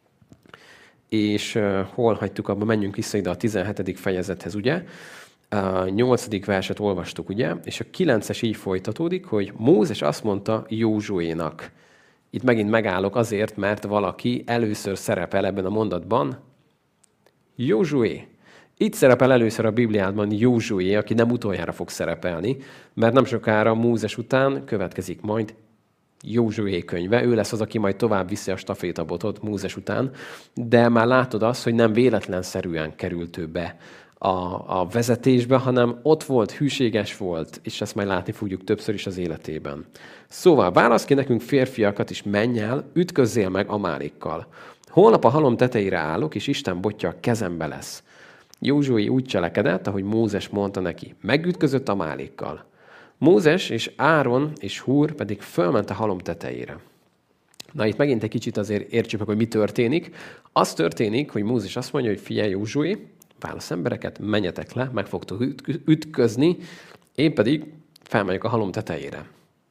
és hol hagytuk abba, menjünk vissza ide a 17. fejezethez, ugye? A 8. verset olvastuk, ugye? És a 9-es így folytatódik, hogy Mózes azt mondta Józsuénak. Itt megint megállok azért, mert valaki először szerepel ebben a mondatban. Józsué. Itt szerepel először a Bibliádban Józsué, aki nem utoljára fog szerepelni, mert nem sokára Mózes után következik majd Józsué könyve. Ő lesz az, aki majd tovább viszi a stafétabotot Mózes után, de már látod azt, hogy nem véletlenszerűen került ő be a vezetésbe, hanem ott volt, hűséges volt, és ezt majd látni fogjuk többször is az életében. Szóval válasz ki nekünk férfiakat, és menj el, ütközzél meg Amálékkal. Holnap a halom tetejére állok, és Isten botja a kezembe lesz. Józsué úgy cselekedett, ahogy Mózes mondta neki. Megütközött Amálékkal. Mózes és Áron és Húr pedig fölment a halom tetejére. Na itt megint egy kicsit azért értsük meg, hogy mi történik. Az történik, hogy Mózes azt mondja, hogy figyelj Józsué, válasz embereket, menjetek le, meg fogtok ütközni, én pedig felmegyek a halom tetejére.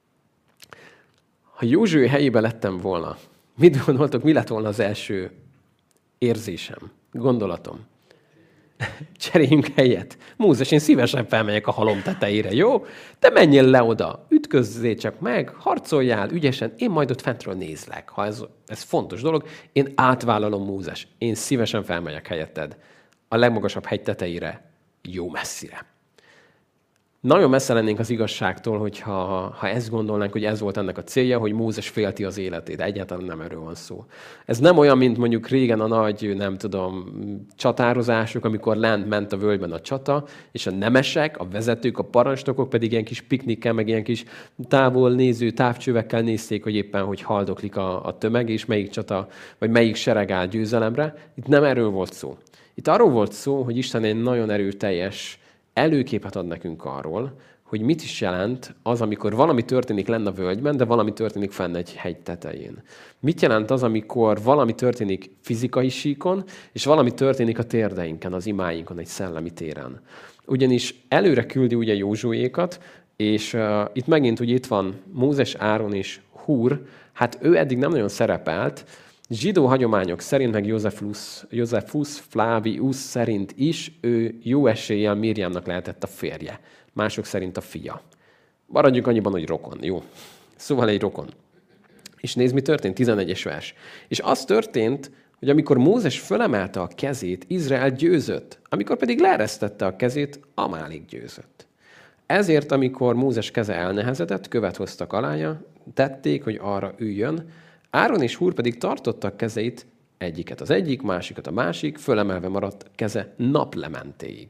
Ha Józsué helyébe lettem volna, mit gondoltok, mi lett volna az első érzésem, gondolatom? Cseréljünk helyet. Mózes, én szívesen felmegyek a halom tetejére, jó? Te menjél le oda, ütközzél csak meg, harcoljál ügyesen, én majd ott fentről nézlek. Ha ez fontos dolog, én átvállalom, Mózes. Én szívesen felmegyek helyetted a legmagasabb hegy tetejére, jó messzire. Nagyon messze lennénk az igazságtól, hogyha ezt gondolnánk, hogy ez volt ennek a célja, hogy Mózes félti az életét. Egyáltalán nem erről van szó. Ez nem olyan, mint mondjuk régen a nagy, nem tudom, csatározások, amikor lent ment a völgyben a csata, és a nemesek, a vezetők, a parancsnokok pedig ilyen kis piknikkel, meg ilyen kis távol néző távcsövekkel nézték, hogy éppen hogy haldoklik a tömeg, és melyik csata, vagy melyik sereg áll győzelemre. Itt nem erről volt szó. Itt arról volt szó, hogy Isten egy nagyon erőteljes előképet ad nekünk arról, hogy mit is jelent az, amikor valami történik lenne a völgyben, de valami történik fenn egy hegy tetején. Mit jelent az, amikor valami történik fizikai síkon, és valami történik a térdeinken, az imáinkon, egy szellemi téren. Ugyanis előre küldi ugye Józsuékat, és itt megint ugye itt van Mózes, Áron és Húr, hát ő eddig nem nagyon szerepelt, zsidó hagyományok szerint, meg Josephus Flavius szerint is ő jó eséllyel Mirjamnak lehetett a férje. Mások szerint a fia. Maradjunk annyiban, hogy rokon, jó? Szóval egy rokon. És nézd, mi történt, 11-es vers. És az történt, hogy amikor Mózes fölemelte a kezét, Izrael győzött, amikor pedig leeresztette a kezét, Amálik győzött. Ezért, amikor Mózes keze elnehezedett, követ hoztak alája, tették, hogy arra üljön, Áron és Húr pedig tartottak kezeit, egyiket az egyik, másikat a másik, fölemelve maradt keze naplementéig.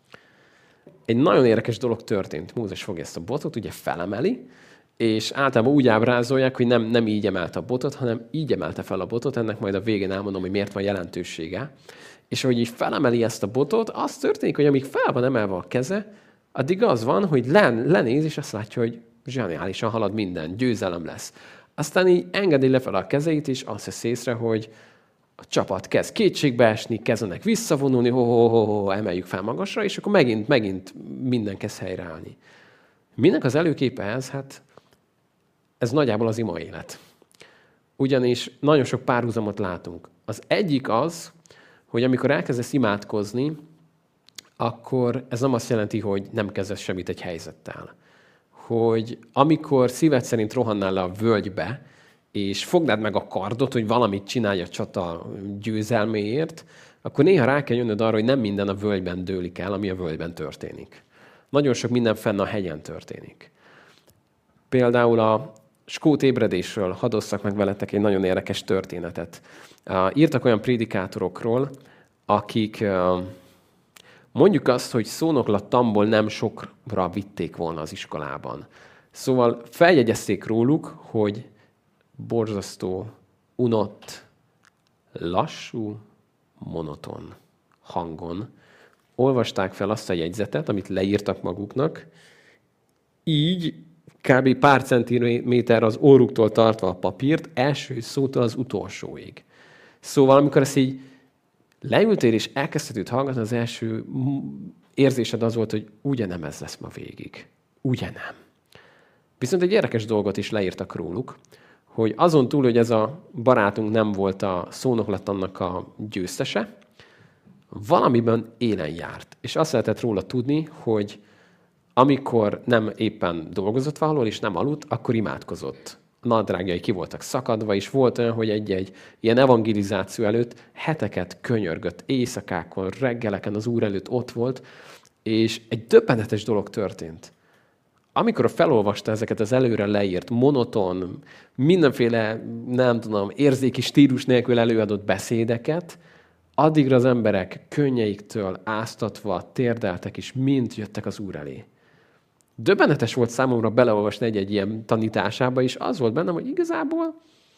Egy nagyon érdekes dolog történt. Mózes fogja ezt a botot, ugye felemeli, és általában úgy ábrázolják, hogy nem így emelte a botot, hanem így emelte fel a botot. Ennek majd a végén elmondom, hogy miért van jelentősége. És ahogy így felemeli ezt a botot, az történik, hogy amíg fel van emelve a keze, addig az van, hogy lenéz, és azt látja, hogy zseniálisan halad minden, győzelem lesz. Aztán így engedi lefelé a kezeit, és azt vesz észre, hogy a csapat kezd kétségbe esni, kezdenek visszavonulni, emeljük fel magasra, és akkor megint minden kezd helyreállni. Minek az előképe ez? Hát ez nagyjából az ima élet. Ugyanis nagyon sok párhuzamot látunk. Az egyik az, hogy amikor elkezdesz imádkozni, akkor ez nem azt jelenti, hogy nem kezdesz semmit egy helyzettel. Hogy amikor szíved szerint rohannál le a völgybe, és fognád meg a kardot, hogy valamit csinálj a csata győzelméért, akkor néha rá kell jönnöd arra, hogy nem minden a völgyben dőlik el, ami a völgyben történik. Nagyon sok minden fenn a hegyen történik. Például a skót ébredésről hadd osszak meg veletek egy nagyon érdekes történetet. Írtak olyan prédikátorokról, akik mondjuk azt, hogy szónoklattamból nem sokra vitték volna az iskolában. Szóval feljegyezték róluk, hogy borzasztó, unott, lassú, monoton hangon olvasták fel azt a jegyzetet, amit leírtak maguknak, így kb. Pár centiméter az orruktól tartva a papírt, első szótól az utolsóig. Szóval, amikor ezt így leültél és elkezdted őt hallgatni, az első érzésed az volt, hogy ugye nem ez lesz ma végig. Ugye nem. Viszont egy érdekes dolgot is leírtak róluk, hogy azon túl, hogy ez a barátunk nem volt a szónoklattannak a győztese, valamiben élen járt. És azt lehetett róla tudni, hogy amikor nem éppen dolgozott valahol, és nem aludt, akkor imádkozott. A nadrágjai ki voltak szakadva, és volt olyan, hogy egy ilyen evangelizáció előtt heteket könyörgött, éjszakákon, reggeleken az Úr előtt ott volt, és egy döbbenetes dolog történt. Amikor felolvasta ezeket az előre leírt, monoton, mindenféle, nem tudom, érzéki stílus nélkül előadott beszédeket, addigra az emberek könnyeiktől áztatva térdeltek, és mind jöttek az Úr elé. Döbbenetes volt számomra beleolvasni egy ilyen tanításába, és az volt bennem, hogy igazából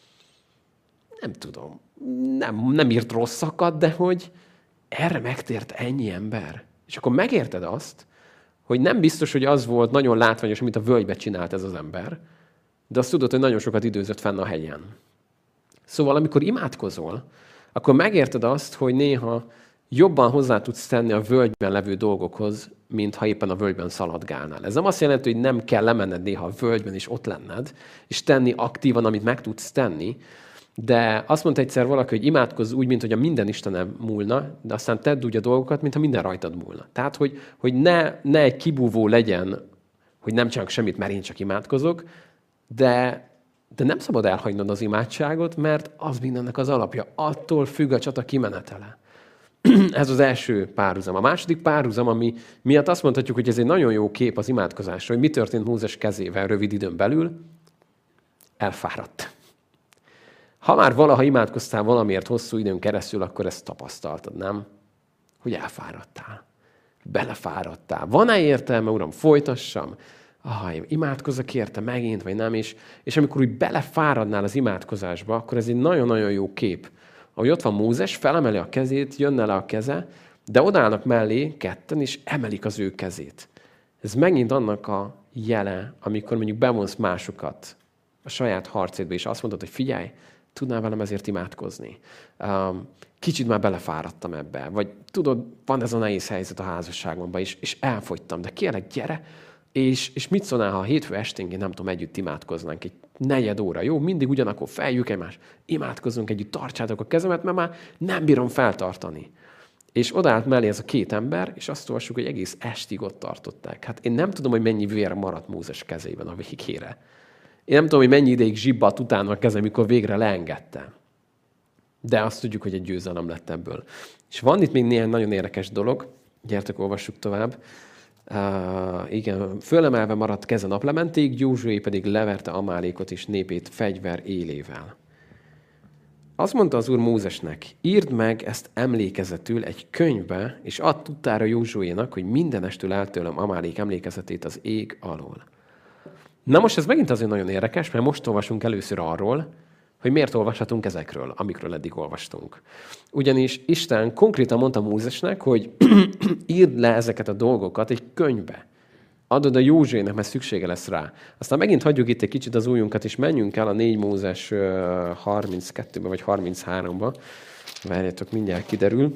nem tudom, nem írt rosszakat, de hogy erre megtért ennyi ember. És akkor megérted azt, hogy nem biztos, hogy az volt nagyon látványos, amit a völgybe csinált ez az ember, de azt tudod, hogy nagyon sokat időzött fenn a hegyen. Szóval, amikor imádkozol, akkor megérted azt, hogy néha jobban hozzá tudsz tenni a völgyben levő dolgokhoz, mint ha éppen a völgyben szaladgálnál. Ez nem azt jelenti, hogy nem kell lemenned néha a völgyben és ott lenned, és tenni aktívan, amit meg tudsz tenni, de azt mondta egyszer valaki, hogy imádkozz úgy, mint hogy a minden Istenem múlna, de aztán tedd úgy a dolgokat, mintha minden rajtad múlna. Tehát, hogy ne egy kibúvó legyen, hogy nem csinálok semmit, mert én csak imádkozok, de nem szabad elhagynod az imádságot, mert az mindennek az alapja. Attól függ a csata kimenetele. Ez az első párhuzam. A második párhuzam, ami miatt azt mondhatjuk, hogy ez egy nagyon jó kép az imádkozásra, hogy mi történt Mózes kezével rövid időn belül, elfáradt. Ha már valaha imádkoztál valamiért hosszú időn keresztül, akkor ezt tapasztaltad, nem? Hogy elfáradtál. Belefáradtál. Van-e értelme, Uram, folytassam? Imádkozzak érte megint, vagy nem is. És amikor úgy belefáradnál az imádkozásba, akkor ez egy nagyon-nagyon jó kép. Ahogy ott van Mózes, felemeli a kezét, jönne le a keze, de odállnak mellé ketten, és emelik az ő kezét. Ez megint annak a jele, amikor mondjuk bevonsz másokat a saját harcédbe, és azt mondod, hogy figyelj, tudnál velem ezért imádkozni. Kicsit már belefáradtam ebbe. Vagy tudod, van ez a nehéz helyzet a házasságomban, és elfogytam, de kérlek, gyere, és mit szólnál, ha a hétfő esténként, nem tudom, együtt imádkoznánk egy 4 óra, jó? Mindig ugyanakkor feljük egymást, imádkozzunk együtt, tartsátok a kezemet, mert már nem bírom feltartani. És odaállt mellé ez a 2 ember, és azt olvassuk, hogy egész estig ott tartották. Hát én nem tudom, hogy mennyi vér maradt Mózes kezében a végére. Én nem tudom, hogy mennyi ideig zsibbadt utána a kezem, mikor végre leengedte. De azt tudjuk, hogy egy győzelem lett ebből. És van itt még néhány nagyon érdekes dolog. Gyertek, olvassuk tovább. Igen, fölemelve maradt keze naplementig, Józsué pedig leverte Amálékot és népét fegyver élével. Azt mondta az Úr Mózesnek, írd meg ezt emlékezetül egy könyvbe, és add tudtára Józsuénak, hogy mindenestől eltőlem Amálék emlékezetét az ég alól. Na most ez megint azért nagyon érdekes, mert most olvasunk először arról, hogy miért olvashatunk ezekről, amikről eddig olvastunk. Ugyanis Isten konkrétan mondta Mózesnek, hogy írd le ezeket a dolgokat egy könyvbe. Adod a Józsuének, mert szüksége lesz rá. Aztán megint hagyjuk itt egy kicsit az ujjunkat, és menjünk el a 4 Mózes 32-be vagy 33-ba. Várjátok, mindjárt kiderül.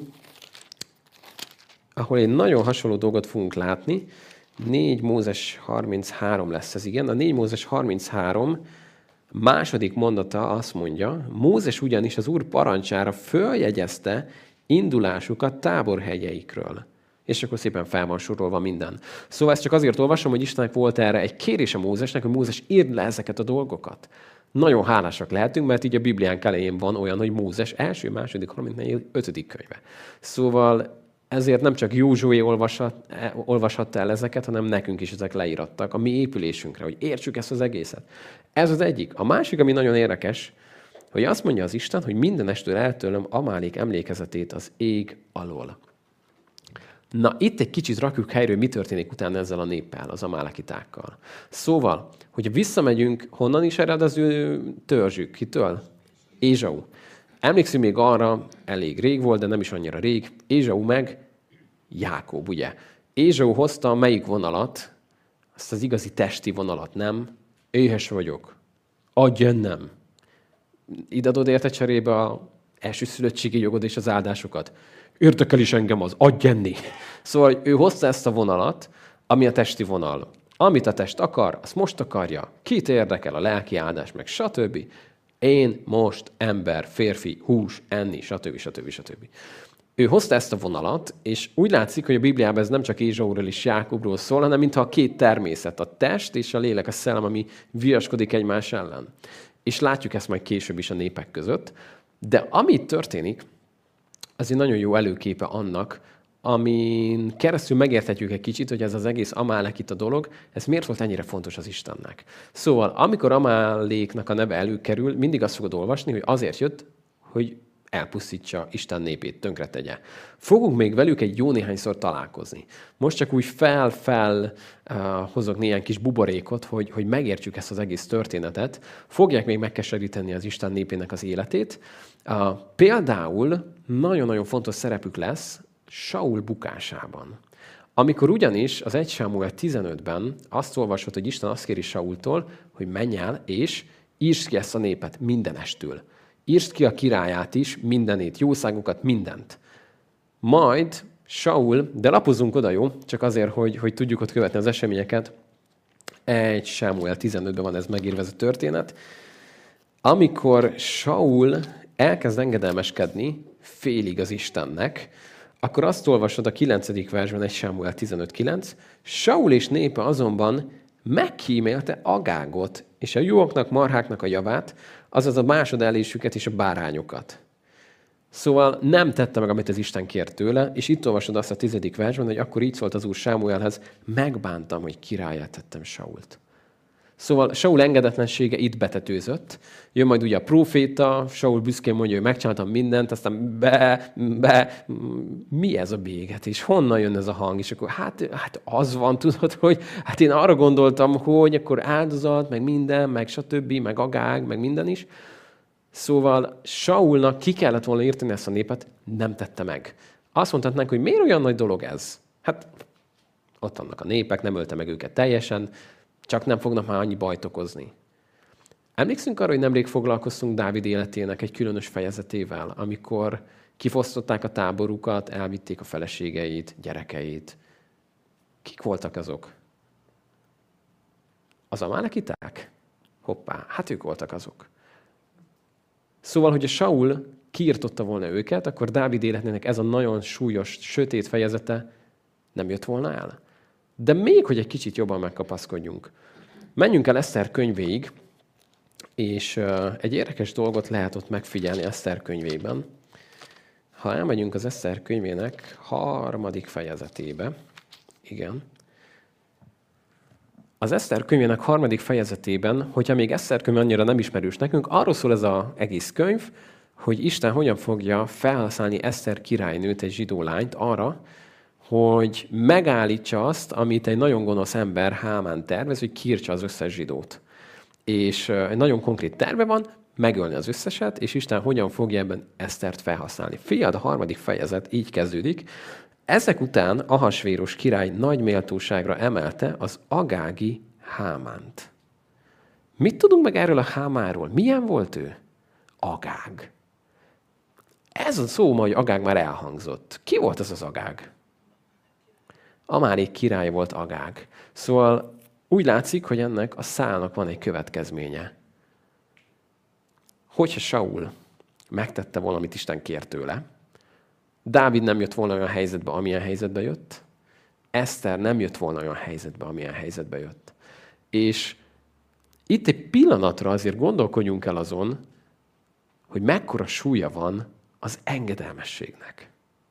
Ahol egy nagyon hasonló dolgot fogunk látni. 4 Mózes 33 lesz ez, igen. A 4 Mózes 33 második mondata azt mondja, Mózes ugyanis az Úr parancsára följegyezte indulásukat táborhegyeikről. És akkor szépen fel van sorolva minden. Szóval ezt csak azért olvasom, hogy Istennek volt erre egy kérése Mózesnek, hogy Mózes írd le ezeket a dolgokat. Nagyon hálásak lehetünk, mert így a Bibliánk elején van olyan, hogy Mózes első, második, harmadik, negyedik, 5. könyve. Szóval ezért nem csak Józsué olvashatta el ezeket, hanem nekünk is ezek leírattak a mi épülésünkre, hogy értsük ezt az egészet. Ez az egyik. A másik, ami nagyon érdekes, hogy azt mondja az Isten, hogy mindenestől eltőlöm Amálék emlékezetét az ég alól. Na, itt egy kicsit rakjuk helyről, mi történik utána ezzel a néppel, az amálekitákkal. Szóval, hogyha visszamegyünk, honnan is ered az ő törzsük? Kitől? Ézsau. Emlékszünk még arra, elég rég volt, de nem is annyira rég, Ézsau meg Jákob, ugye? Ézsau hozta melyik vonalat? Azt az igazi testi vonalat, nem? Éhes vagyok. Adj ennem. Ide adod érte cserébe az elsőszülöttségi jogod és az áldásokat. Érdekel is engem az, adj enni. Szóval ő hozta ezt a vonalat, ami a testi vonal. Amit a test akar, azt most akarja. Kit érdekel a lelki áldás, meg stb. Én most ember, férfi, hús, enni, stb. Ő hozta ezt a vonalat, és úgy látszik, hogy a Bibliában ez nem csak Ézsauról és Jákobról szól, hanem mintha a két természet, a test és a lélek, a szellem, ami viaskodik egymás ellen. És látjuk ezt majd később is a népek között. De ami itt történik, ez egy nagyon jó előképe annak, amin keresztül megérthetjük egy kicsit, hogy ez az egész Amálekita dolog, ez miért volt ennyire fontos az Istennek. Szóval, amikor Amáléknak a neve előkerül, mindig azt fogod olvasni, hogy azért jött, hogy elpusztítsa Isten népét, tönkretegye. Fogunk még velük egy jó néhányszor találkozni. Most csak úgy hozok néhány kis buborékot, hogy megértsük ezt az egész történetet. Fogják még megkeseríteni az Isten népének az életét. Például nagyon-nagyon fontos szerepük lesz Saul bukásában. Amikor ugyanis az 1 Sámuel 15-ben azt olvasott, hogy Isten azt kéri Saultól, hogy menj el, és írd ki ezt a népet mindenestől. Írd ki a királyát is, mindenét, jószágokat, mindent. Majd Saul, de lapozunk oda, jó? Csak azért, hogy tudjuk ott követni az eseményeket. 1 Sámuel 15-ben van ez megírva ez a történet. Amikor Saul elkezd engedelmeskedni félig az Istennek, akkor azt olvasod a 9. versben, 1 Sámuel 15.9. Saul és népe azonban megkímélte Agágot, és a juhoknak, marháknak a javát, azaz a másodállésüket és a bárányokat. Szóval nem tette meg, amit az Isten kért tőle, és itt olvasod azt a 10. versben, hogy akkor így szólt az Úr Sámuelhez, megbántam, hogy királlyá tettem Sault. Szóval Saul engedetlensége itt betetőzött. Jön majd ugye a próféta, Saul büszkén mondja, hogy megcsináltam mindent, aztán mi ez a bégetés? Honnan jön ez a hang? És akkor hát az van, tudod, hogy hát én arra gondoltam, hogy akkor áldozat, meg minden, meg stb., meg Agág, meg minden is. Szóval Saulnak ki kellett volna írtani ezt a népet, nem tette meg. Azt mondhatnánk, hogy miért olyan nagy dolog ez? Hát ott vannak a népek, nem ölte meg őket teljesen, csak nem fognak már annyi bajt okozni. Emlékszünk arra, hogy nemrég foglalkoztunk Dávid életének egy különös fejezetével, amikor kifosztották a táborukat, elvitték a feleségeit, gyerekeit. Kik voltak azok? Az amálekiták? Hoppá, hát ők voltak azok. Szóval, hogy a Saul kiirtotta volna őket, akkor Dávid életének ez a nagyon súlyos, sötét fejezete nem jött volna el. De még, hogy egy kicsit jobban megkapaszkodjunk. Menjünk el Eszter könyvéig, És egy érdekes dolgot lehet ott megfigyelni Eszter könyvében. Ha elmegyünk az Eszter könyvének 3. fejezetébe, igen. Az Eszter könyvének 3. fejezetében, hogyha még Eszter könyv annyira nem ismerős nekünk, arról szól ez az egész könyv, hogy Isten hogyan fogja felhasználni Eszter királynőt, egy zsidó lányt arra, hogy megállítsa azt, amit egy nagyon gonosz ember, Hámán tervez, hogy kiírtsa az összes zsidót. És egy nagyon konkrét terve van, megölni az összeset, és Isten hogyan fogja ebben Esztert felhasználni. Figyeld, a 3. fejezet így kezdődik. Ezek után Ahasvéros király nagy méltóságra emelte az agági Hámánt. Mit tudunk meg erről a Hámáról? Milyen volt ő? Agág. Ez a szó, hogy Agág már elhangzott. Ki volt ez az Agág? Amálék király volt Agág. Szóval úgy látszik, hogy ennek a szálnak van egy következménye. Hogyha Saul megtette volna, amit Isten kért tőle, Dávid nem jött volna olyan helyzetbe, amilyen helyzetbe jött, Eszter nem jött volna olyan helyzetbe, amilyen helyzetbe jött. És itt egy pillanatra azért gondolkodjunk el azon, hogy mekkora súlya van az engedelmességnek.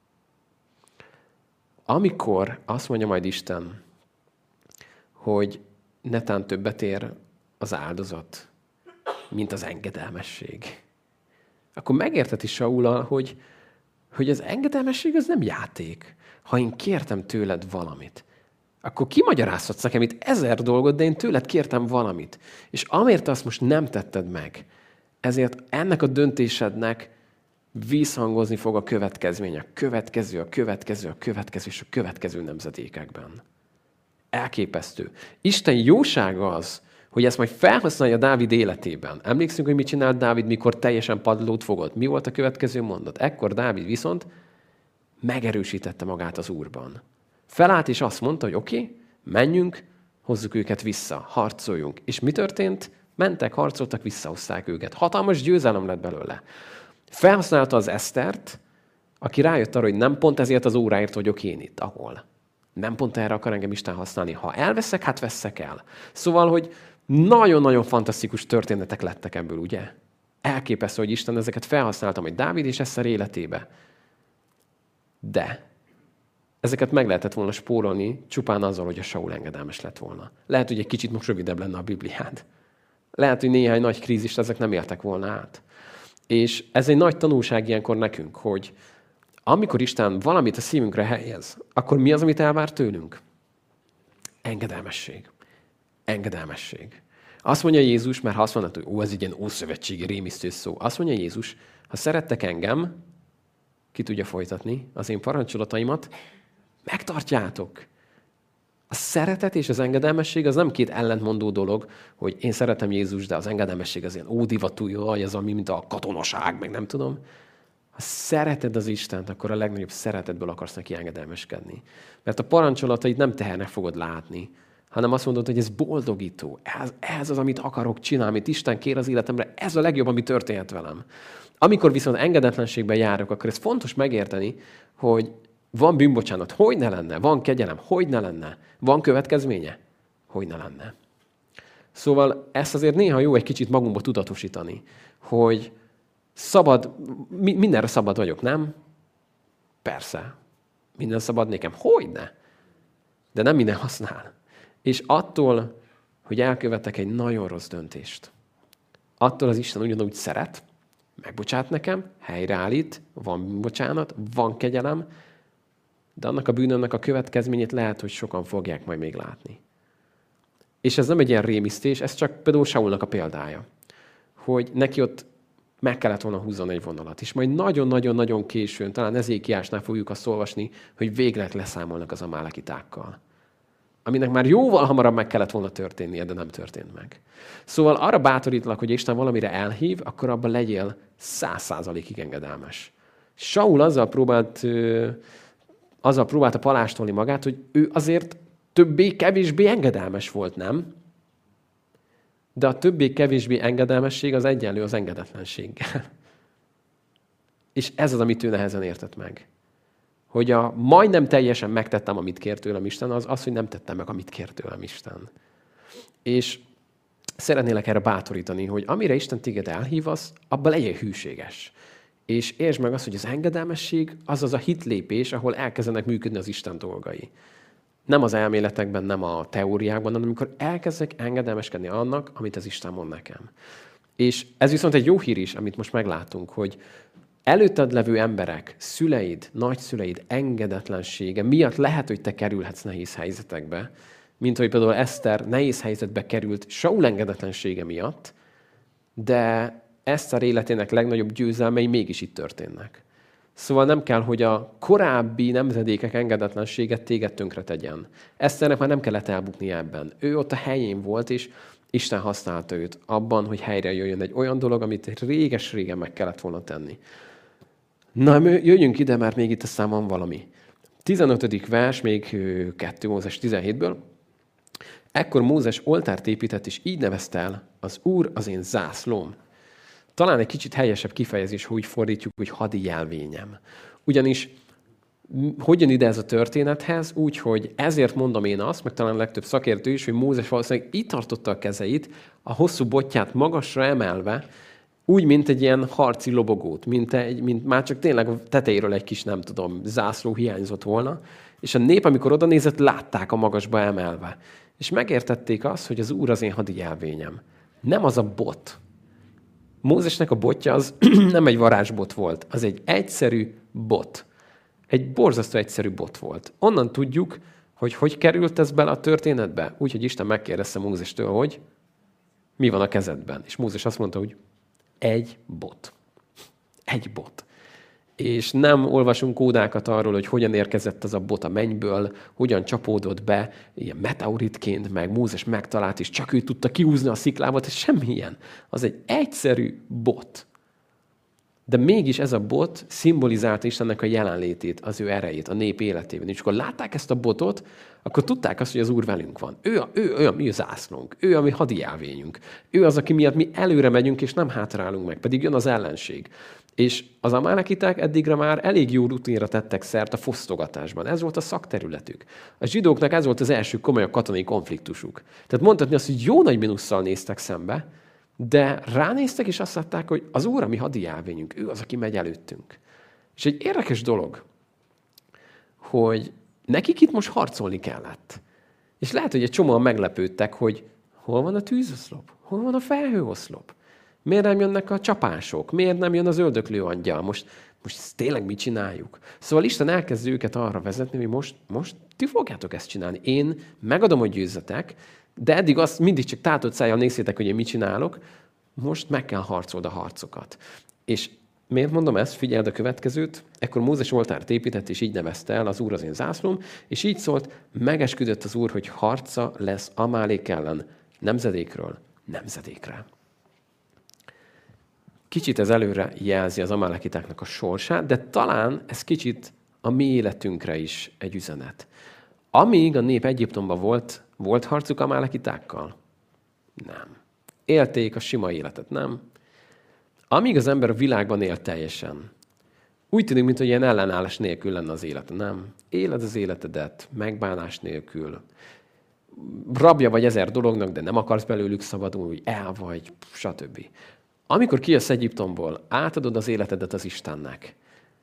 Amikor azt mondja majd Isten, hogy netán többet ér az áldozat, mint az engedelmesség, akkor megérteti Saul, hogy az engedelmesség az nem játék. Ha én kértem tőled valamit, akkor kimagyarázhatsz nekem itt 1000 dolgot, de én tőled kértem valamit. És amért azt most nem tetted meg, ezért ennek a döntésednek visszhangozni fog a következmény, a következő és a következő nemzedékekben. Elképesztő. Isten jósága az, hogy ezt majd felhasználja Dávid életében. Emlékszünk, hogy mit csinált Dávid, mikor teljesen padlót fogott? Mi volt a következő mondat? Ekkor Dávid viszont megerősítette magát az Úrban. Felállt és azt mondta, hogy oké, menjünk, hozzuk őket vissza, harcoljunk. És mi történt? Mentek, harcoltak, visszahozták őket. Hatalmas győzelem lett belőle. Felhasználta az Esztert, aki rájött arra, hogy nem pont ezért az óráért vagyok én itt, ahol. Nem pont erre akar engem Isten használni. Ha elveszek, hát vesszek el. Szóval, hogy nagyon-nagyon fantasztikus történetek lettek ebből, ugye? Elképesztő, hogy Isten ezeket felhasználta, hogy Dávid és Eszter életébe. De ezeket meg lehetett volna spórolni csupán azzal, hogy a Saul engedelmes lett volna. Lehet, hogy egy kicsit most rövidebb lenne a Bibliád. Lehet, hogy néhány nagy krízist ezek nem éltek volna át. És ez egy nagy tanulság ilyenkor nekünk, hogy amikor Isten valamit a szívünkre helyez, akkor mi az, amit elvár tőlünk? Engedelmesség. Engedelmesség. Azt mondja Jézus, mert ha azt mondod, hogy ez egy ilyen ószövetségi rémisztő szó, azt mondja Jézus, ha szerettek engem, ki tudja folytatni az én parancsolataimat, megtartjátok. A szeretet és az engedelmesség az nem két ellentmondó dolog, hogy én szeretem Jézus, de az engedelmesség az ilyen ódivatú, jaj, az ami, mint a katonaság, meg nem tudom. Ha szereted az Istent, akkor a legnagyobb szeretetből akarsz neki engedelmeskedni. Mert a parancsolatait nem tehernek fogod látni, hanem azt mondod, hogy ez boldogító. Ez az, amit akarok csinálni, amit Isten kér az életemre, ez a legjobb, ami történhet velem. Amikor viszont engedetlenségben járok, akkor ez fontos megérteni, hogy van bűnbocsánat, hogy ne lenne, van kegyelem, hogy ne lenne, van következménye, hogy ne lenne. Szóval ezt azért néha jó egy kicsit magunkba tudatosítani, hogy szabad, mindenre szabad vagyok, nem? Persze. Minden szabad nékem. Hogyne? De nem minden használ. És attól, hogy elkövetek egy nagyon rossz döntést, attól az Isten ugyanúgy szeret, megbocsát nekem, helyreállít, van bocsánat, van kegyelem, de annak a bűnömnek a következményét lehet, hogy sokan fogják majd még látni. És ez nem egy ilyen rémisztés, ez csak például Saulnak a példája, hogy neki ott meg kellett volna húzzon egy vonalat. És majd nagyon-nagyon-nagyon későn, talán Ezékiásnál fogjuk azt olvasni, hogy végleg leszámolnak az amálekitákkal. Aminek már jóval hamarabb meg kellett volna történnie, de nem történt meg. Szóval arra bátorítlak, hogy Isten valamire elhív, akkor abban legyél 100%-ig engedelmes. Saul azzal próbálta palástolni magát, hogy ő azért többé-kevésbé engedelmes volt, nem? De a többé-kevésbé engedelmesség az egyenlő az engedetlenséggel. És ez az, amit ő nehezen értett meg. Hogy a majdnem teljesen megtettem, amit kért tőlem Isten, az, hogy nem tettem meg, amit kért tőlem Isten. És szeretnélek erre bátorítani, hogy amire Isten téged elhív, abban legyél hűséges. És értsd meg azt, hogy az engedelmesség az a hitlépés, ahol elkezdenek működni az Isten dolgai. Nem az elméletekben, nem a teóriákban, hanem amikor elkezdek engedelmeskedni annak, amit az Isten mond nekem. És ez viszont egy jó hír is, amit most meglátunk, hogy előtted levő emberek, szüleid, nagyszüleid engedetlensége miatt lehet, hogy te kerülhetsz nehéz helyzetekbe, mint hogy például Eszter nehéz helyzetbe került Saul engedetlensége miatt, de Eszter életének legnagyobb győzelmei mégis itt történnek. Szóval nem kell, hogy a korábbi nemzedékek engedetlenséget téged tönkre tegyen. Eszternek már nem kellett elbuknia ebben. Ő ott a helyén volt, és Isten használta őt abban, hogy helyre jöjjön egy olyan dolog, amit réges-régen meg kellett volna tenni. Na, jöjjünk ide, mert még itt aztán van valami. 15. vers, még 2 Mózes 17-ből. Ekkor Mózes oltárt épített, és így nevezte el: az Úr az én zászlóm. Talán egy kicsit helyesebb kifejezés, hogy úgy fordítjuk, hogy hadi jelvényem. Ugyanis hogyan ide ez a történethez? Úgy, hogy ezért mondom én azt, meg talán a legtöbb szakértő is, hogy Mózes valószínűleg így tartotta a kezeit, a hosszú botját magasra emelve, úgy, mint egy ilyen harci lobogót, mint már csak tényleg a tetejéről egy kis, nem tudom, zászló hiányzott volna, és a nép, amikor oda nézett, látták a magasba emelve. És megértették azt, hogy az Úr az én hadi jelvényem. Nem az a bot. Mózesnek a botja az nem egy varázsbot volt, az egy egyszerű bot. Egy borzasztó egyszerű bot volt. Onnan tudjuk, hogy került ez bele a történetbe. Úgyhogy Isten megkérdezte Mózestől, hogy mi van a kezedben. És Mózes azt mondta, hogy egy bot. Egy bot. És nem olvasunk kódákat arról, hogy hogyan érkezett az a bot a mennyből, hogyan csapódott be ilyen meteoritként, meg Mózes megtalált, és csak ő tudta kihúzni a sziklávot, és semmi ilyen. Az egy egyszerű bot. De mégis ez a bot szimbolizálta Istennek a jelenlétét, az ő erejét, a nép életében. És akkor látták ezt a botot, akkor tudták azt, hogy az Úr velünk van. Ő a mi zászlónk, ő a mi hadijelvényünk. Ő az, aki miatt mi előre megyünk, és nem hátrálunk meg, pedig jön az ellenség. És az amálekiták eddigre már elég jó rutinra tettek szert a fosztogatásban. Ez volt a szakterületük. A zsidóknak ez volt az első komolyabb katonai konfliktusuk. Tehát mondhatni azt, hogy jó nagy minusszal néztek szembe, de ránéztek, és azt látták, hogy az Úr a mi hadijelvényünk, ő az, aki megy előttünk. És egy érdekes dolog, hogy nekik itt most harcolni kellett. És lehet, hogy egy csomóan meglepődtek, hogy hol van a tűzoszlop, hol van a felhőoszlop. Miért nem jönnek a csapások? Miért nem jön az öldöklő angyal? Most tényleg mit csináljuk? Szóval Isten elkezdi őket arra vezetni, hogy most ti fogjátok ezt csinálni. Én megadom, hogy győzzetek, de eddig azt mindig csak tátott szájjal nézzétek, hogy én mit csinálok. Most meg kell harcolni a harcokat. És miért mondom ezt? Figyeld a következőt. Ekkor Mózes oltárt épített, és így nevezte el: az Úr az én zászlóm, és így szólt: megesküdött az Úr, hogy harca lesz Amálék ellen, nemzedékről nemzedékre. Kicsit ez előre jelzi az amálekitáknak a sorsát, de talán ez kicsit a mi életünkre is egy üzenet. Amíg a nép Egyiptomban volt harcuk amálekitákkal? Nem. Élték a sima életet? Nem. Amíg az ember a világban él teljesen, úgy tűnik, mint hogy ilyen ellenállás nélkül lenne az élet. Nem. Éled az életedet, megbánás nélkül. Rabja vagy 1000 dolognak, de nem akarsz belőlük szabadulni, el vagy, stb. Amikor kijössz Egyiptomból, átadod az életedet az Istennek.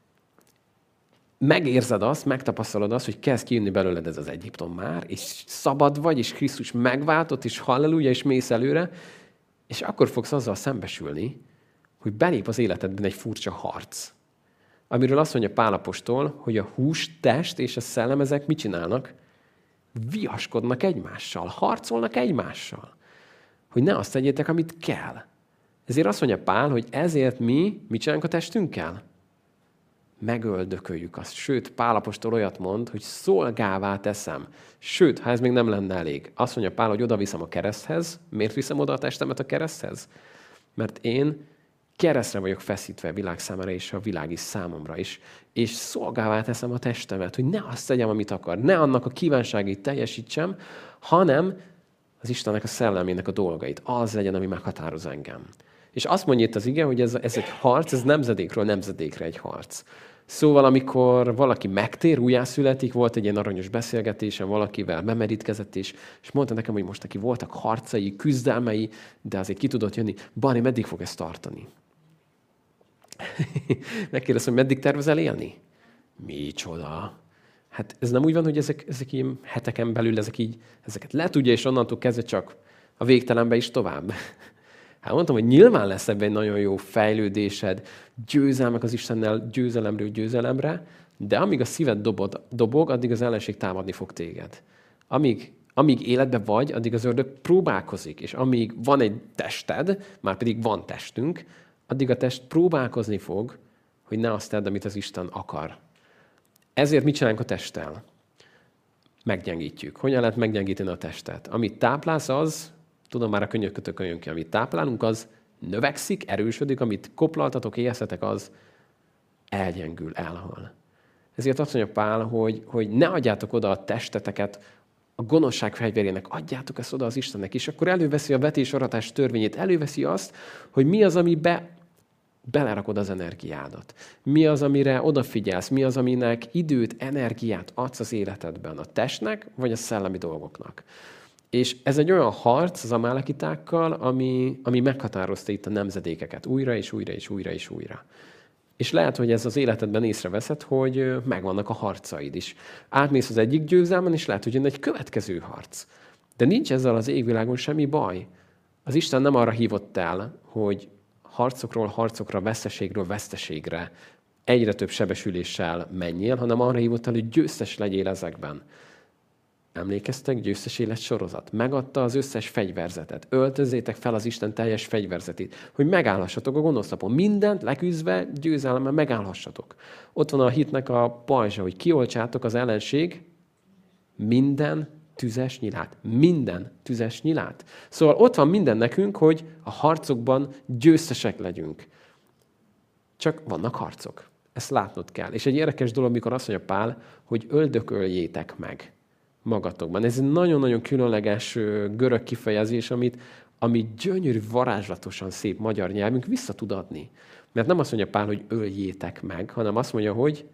Megérzed azt, megtapasztalod azt, hogy kezd kijönni belőled ez az Egyiptom már, és szabad vagy, és Krisztus megváltott, és halleluja, és mész előre, és akkor fogsz azzal szembesülni, hogy belép az életedben egy furcsa harc. Amiről azt mondja Pál apostol, hogy a hús, test és a szellem ezek mit csinálnak? Viaskodnak egymással, harcolnak egymással. Hogy ne azt tegyétek, amit kell. Ezért azt mondja Pál, hogy ezért mit csinálunk a testünkkel? Megöldököljük azt. Sőt, Pál apostol olyat mond, hogy szolgává teszem. Sőt, ha ez még nem lenne elég. Azt mondja Pál, hogy oda viszem a kereszthez. Miért viszem oda a testemet a kereszthez? Mert én keresztre vagyok feszítve a világ számára, és a világ is számomra is. És szolgává teszem a testemet, hogy ne azt tegyem, amit akar. Ne annak a kívánságait teljesítsem, hanem az Istennek a szellemének a dolgait. Az legyen, ami meghatároz engem. És azt mondja itt az ige, hogy ez egy harc, ez nemzedékről nemzedékre egy harc. Szóval, amikor valaki megtér, újjászületik, volt egy ilyen aranyos beszélgetésem valakivel, bemerítkezett, és mondta nekem, hogy most neki voltak harcai, küzdelmei, de azért ki tudott jönni. Bani, meddig fog ez tartani? Megkérdeztem, hogy meddig tervezel élni? Micsoda? Hát ez nem úgy van, hogy ezek ilyen heteken belül ezeket le tudja, és onnantól kezdve csak a végtelenbe is tovább. Hát mondtam, hogy nyilván lesz ebben egy nagyon jó fejlődésed, győzelmek az Istennel győzelemről győzelemre, de amíg a szíved dobog, addig az ellenség támadni fog téged. Amíg életben vagy, addig az ördög próbálkozik, és amíg van egy tested, már pedig van testünk, addig a test próbálkozni fog, hogy ne azt tedd, amit az Isten akar. Ezért mit csinálunk a testtel? Meggyengítjük. Hogyan lehet meggyengíteni a testet? Amit táplálsz, az, tudom, már a könyökötök jön ki, amit táplálunk, az növekszik, erősödik, amit koplaltatok, éheztetek, az elgyengül, elhal. Ezért azt mondja Pál, hogy ne adjátok oda a testeteket a gonoszság fegyverének, adjátok ezt oda az Istennek, és akkor előveszi a vetés-aratás törvényét, előveszi azt, hogy mi az, ami belerakod az energiádat. Mi az, amire odafigyelsz, mi az, aminek időt, energiát adsz az életedben, a testnek, vagy a szellemi dolgoknak. És ez egy olyan harc az amálekitákkal, ami meghatározta itt a nemzedékeket újra, és újra, és újra, és újra. És lehet, hogy ez az életedben észreveszed, hogy megvannak a harcaid is. Átmész az egyik győzelmen, és lehet, hogy jön egy következő harc. De nincs ezzel az égvilágon semmi baj. Az Isten nem arra hívott el, hogy harcokról harcokra, veszteségről veszteségre egyre több sebesüléssel menjél, hanem arra hívott el, hogy győztes legyél ezekben. Emlékeztek, győztes élet sorozat. Megadta az összes fegyverzetet. Öltözzétek fel az Isten teljes fegyverzetét, hogy megállhassatok a gonosz napon. Mindent leküzdve győzelemmel megállhassatok. Ott van a hitnek a pajzsa, hogy kioltsátok az ellenség minden tüzes nyilát. Minden tüzes nyilát. Szóval ott van minden nekünk, hogy a harcokban győztesek legyünk. Csak vannak harcok. Ezt látnod kell. És egy érdekes dolog, mikor azt mondja Pál, hogy öldököljétek meg magatokban. Ez egy nagyon-nagyon különleges görög kifejezés, amit gyönyörű, varázslatosan szép magyar nyelvünk vissza tud adni. Mert nem azt mondja Pál, hogy öljétek meg, hanem azt mondja, hogy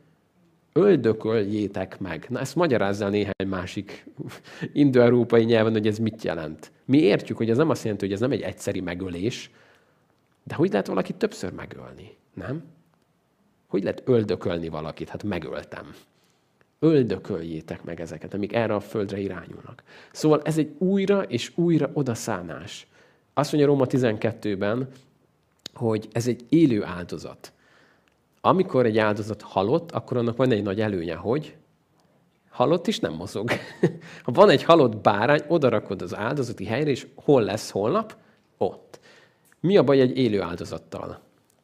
öldököljétek meg. Na, ezt magyarázzál néhány másik indo-európai nyelven, hogy ez mit jelent. Mi értjük, hogy ez nem azt jelenti, hogy ez nem egy egyszeri megölés, de hogy lehet valakit többször megölni, nem? Hogy lehet öldökölni valakit? Hát megöltem. Öldököljétek meg ezeket, amik erre a földre irányulnak. Szóval ez egy újra és újra odaszánás. Azt mondja Róma 12-ben, hogy ez egy élő áldozat. Amikor egy áldozat halott, akkor annak van egy nagy előnye, hogy halott is nem mozog. Ha van egy halott bárány, odarakod az áldozati helyre, és hol lesz holnap? Ott. Mi a baj egy élő áldozattal?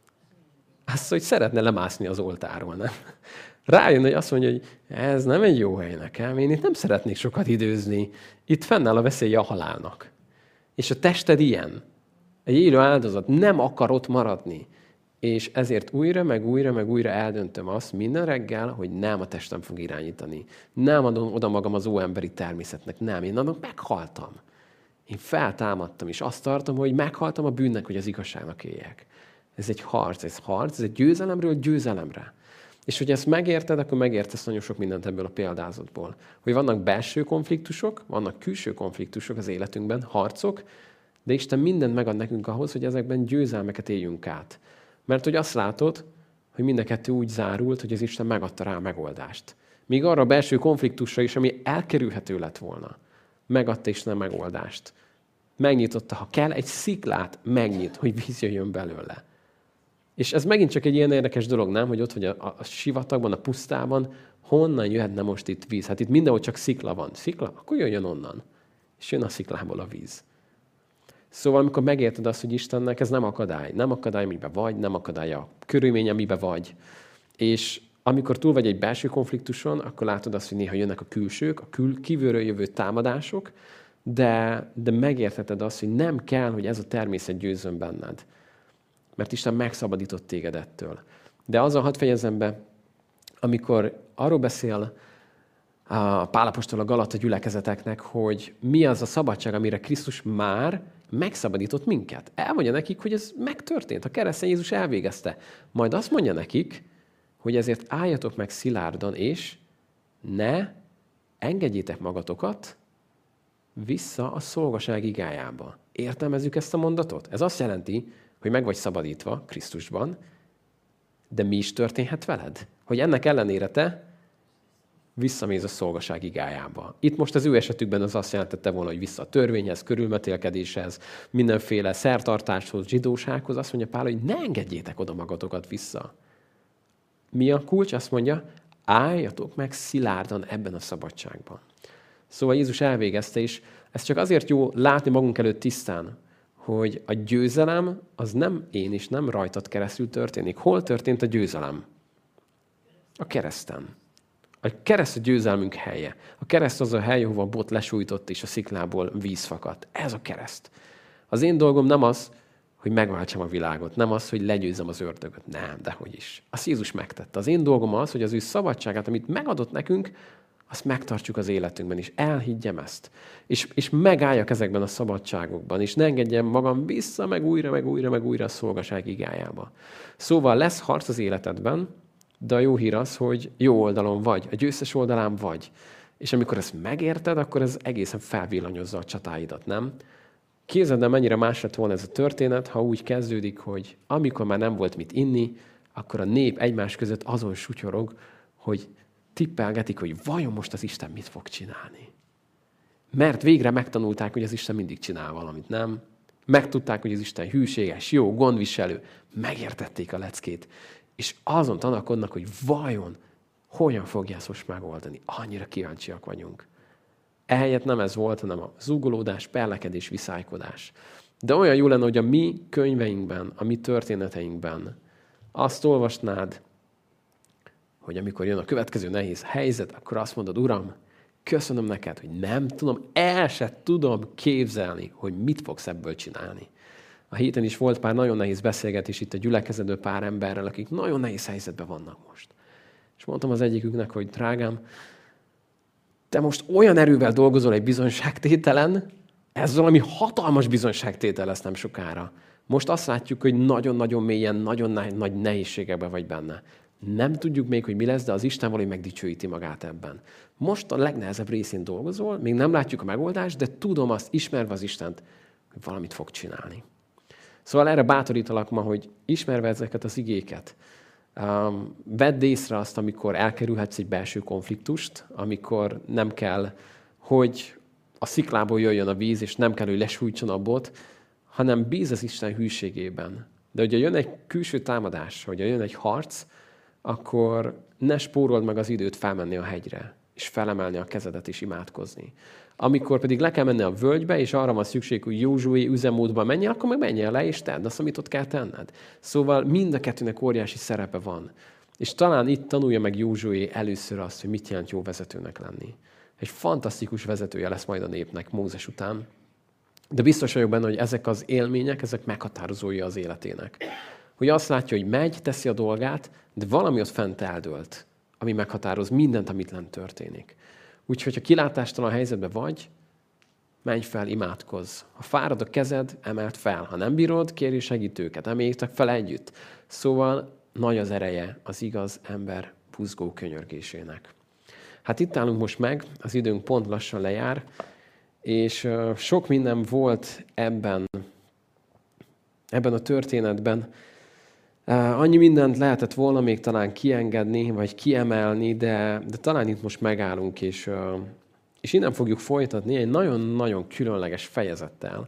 Az, hogy szeretne lemászni az oltáról, nem? Rájön, hogy azt mondja, hogy ez nem egy jó hely nekem, én itt nem szeretnék sokat időzni. Itt fennáll a veszélye a halálnak. És a tested ilyen. Egy élő áldozat nem akar ott maradni. És ezért újra, meg újra, meg újra eldöntöm azt minden reggel, hogy nem a testem fog irányítani. Nem adom oda magam az óemberi természetnek. Nem, én annak meghaltam. Én feltámadtam, és azt tartom, hogy meghaltam a bűnnek, hogy az igazságnak éljek. Ez egy harc, ez egy győzelemről győzelemre. És hogy ezt megérted, akkor megértesz nagyon sok mindent ebből a példázatból. Hogy vannak belső konfliktusok, vannak külső konfliktusok az életünkben, harcok, de Isten mindent megad nekünk ahhoz, hogy ezekben győzelmeket éljünk át. Mert hogy azt látod, hogy mind a kettő úgy zárult, hogy az Isten megadta rá a megoldást. Míg arra a belső konfliktusra is, ami elkerülhető lett volna, megadta Isten a megoldást. Megnyitotta, ha kell, egy sziklát megnyit, hogy víz jöjjön belőle. És ez megint csak egy ilyen érdekes dolog, nem? Hogy ott vagy a sivatagban, a pusztában, honnan jöhetne most itt víz? Hát itt mindenhol csak szikla van. Szikla? Akkor jöjjön onnan. És jön a sziklából a víz. Szóval, amikor megérted azt, hogy Istennek ez nem akadály. Nem akadály, amiben vagy, nem akadály a körülmény, amiben vagy. És amikor túl vagy egy belső konfliktuson, akkor látod azt, hogy néha jönnek a külsők, a kívülről jövő támadások, de megértheted azt, hogy nem kell, hogy ez a természet győzzön benned. Mert Isten megszabadított téged ettől. De azzal hadd fejezem be, amikor arról beszél a Pál apostol a Galata gyülekezeteknek, hogy mi az a szabadság, amire Krisztus már megszabadított minket. Elmondja nekik, hogy ez megtörtént. A keresztény Jézus elvégezte. Majd azt mondja nekik, hogy ezért álljatok meg szilárdan, és ne engedjétek magatokat vissza a szolgaság igájába. Értelmezzük ezt a mondatot? Ez azt jelenti, hogy meg vagy szabadítva Krisztusban, de mi is történhet veled? Hogy ennek ellenére te visszamész a szolgaság igájába. Itt most az ő esetükben az azt jelentette volna, hogy vissza a törvényhez, körülmetélkedéshez, mindenféle szertartáshoz, zsidósághoz. Azt mondja Pál, hogy ne engedjétek oda magatokat vissza. Mi a kulcs? Azt mondja, álljatok meg szilárdan ebben a szabadságban. Szóval Jézus elvégezte, és ez csak azért jó látni magunk előtt tisztán, hogy a győzelem az nem én és nem rajtad keresztül történik. Hol történt a győzelem? A kereszten. A kereszt a győzelmünk helye. A kereszt az a hely, ahova a bot lesújtott és a sziklából víz fakadt. Ez a kereszt. Az én dolgom nem az, hogy megváltsam a világot, nem az, hogy legyőzzem az ördögöt. Nem, dehogy is. Azt Jézus megtette. Az én dolgom az, hogy az ő szabadságát, amit megadott nekünk, azt megtartsuk az életünkben, és elhiggyem ezt. És megálljak ezekben a szabadságokban, és ne engedjem magam vissza, meg újra a szolgaság igájába. Szóval lesz harc az életedben, de a jó hír az, hogy jó oldalon vagy, a győztes oldalán vagy. És amikor ezt megérted, akkor ez egészen felvillanyozza a csatáidat, nem? Képzeld el, mennyire más lett volna ez a történet, ha úgy kezdődik, hogy amikor már nem volt mit inni, akkor a nép egymás között azon sutyorog, hogy tippelgetik, hogy vajon most az Isten mit fog csinálni. Mert végre megtanulták, hogy az Isten mindig csinál valamit, nem? Megtudták, hogy az Isten hűséges, jó, gondviselő. Megértették a leckét. És azon tanakodnak, hogy vajon hogyan fogja ezt most megoldani. Annyira kíváncsiak vagyunk. Ehelyett nem ez volt, hanem a zúgolódás, perlekedés, viszálykodás. De olyan jó lenne, hogy a mi könyveinkben, a mi történeteinkben azt olvasnád, hogy amikor jön a következő nehéz helyzet, akkor azt mondod, Uram, köszönöm neked, hogy nem tudom, el se tudom képzelni, hogy mit fogsz ebből csinálni. A héten is volt pár nagyon nehéz beszélgetés itt a gyülekezetben pár emberrel, akik nagyon nehéz helyzetben vannak most. És mondtam az egyiküknek, hogy drágám, te most olyan erővel dolgozol egy bizonyságtételen, ez valami hatalmas bizonyságtétel lesz nem sokára. Most azt látjuk, hogy nagyon-nagyon mélyen, nagyon nagy nehézségekben vagy benne. Nem tudjuk még, hogy mi lesz, de az Isten valahogy megdicsőíti magát ebben. Most a legnehezebb részén dolgozol, még nem látjuk a megoldást, de tudom azt, ismerve az Istent, hogy valamit fog csinálni. Szóval erre bátorítalak ma, hogy ismerve ezeket az igéket, vedd észre azt, amikor elkerülhetsz egy belső konfliktust, amikor nem kell, hogy a sziklából jöjjön a víz, és nem kell, hogy lesújtson a bot, hanem bíz az Isten hűségében. De hogyha jön egy külső támadás, hogyha jön egy harc, akkor ne spórold meg az időt felmenni a hegyre, és felemelni a kezedet és imádkozni. Amikor pedig le kell menni a völgybe, és arra van szükség, hogy Józsué üzemmódba menjél, akkor meg menjél le, és tedd azt, amit ott kell tenned. Szóval mind a kettőnek óriási szerepe van. És talán itt tanulja meg Józsué először azt, hogy mit jelent jó vezetőnek lenni. Egy fantasztikus vezetője lesz majd a népnek Mózes után. De biztos vagyok benne, hogy ezek az élmények, ezek meghatározói az életének. Hogy azt látja, hogy megy, teszi a dolgát, de valami ott fent eldőlt, ami meghatároz mindent, amit lent történik. Úgyhogy, ha kilátástalan helyzetben vagy, menj fel, imádkozz. Ha fárad a kezed, emeld fel. Ha nem bírod, kérj segítőket, emeljétek fel együtt. Szóval nagy az ereje az igaz ember buzgó könyörgésének. Hát itt állunk most meg, az időnk pont lassan lejár, és sok minden volt ebben a történetben. Annyi mindent lehetett volna még talán kiengedni, vagy kiemelni, de talán itt most megállunk, és innen fogjuk folytatni egy nagyon-nagyon különleges fejezettel.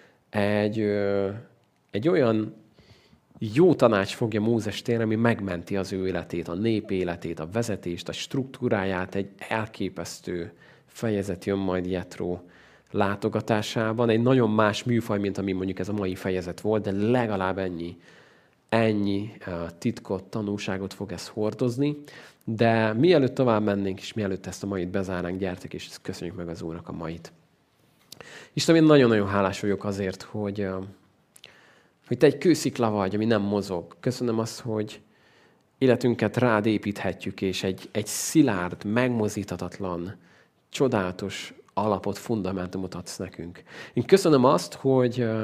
Egy olyan jó tanács fogja Mózes térni, ami megmenti az ő életét, a nép életét, a vezetést, a struktúráját, egy elképesztő fejezet jön majd Jetró látogatásában. Egy nagyon más műfaj, mint ami mondjuk ez a mai fejezet volt, de legalább ennyi titkot, tanulságot fog ez hordozni. De mielőtt tovább mennénk, és mielőtt ezt a mait bezárnánk, gyertek, és köszönjük meg az Úrnak a mait. Istenem, én nagyon-nagyon hálás vagyok azért, hogy te egy kőszikla vagy, ami nem mozog. Köszönöm azt, hogy életünket rád építhetjük, és egy szilárd, megmozdíthatatlan, csodálatos alapot, fundamentumot adsz nekünk. Én köszönöm azt, hogy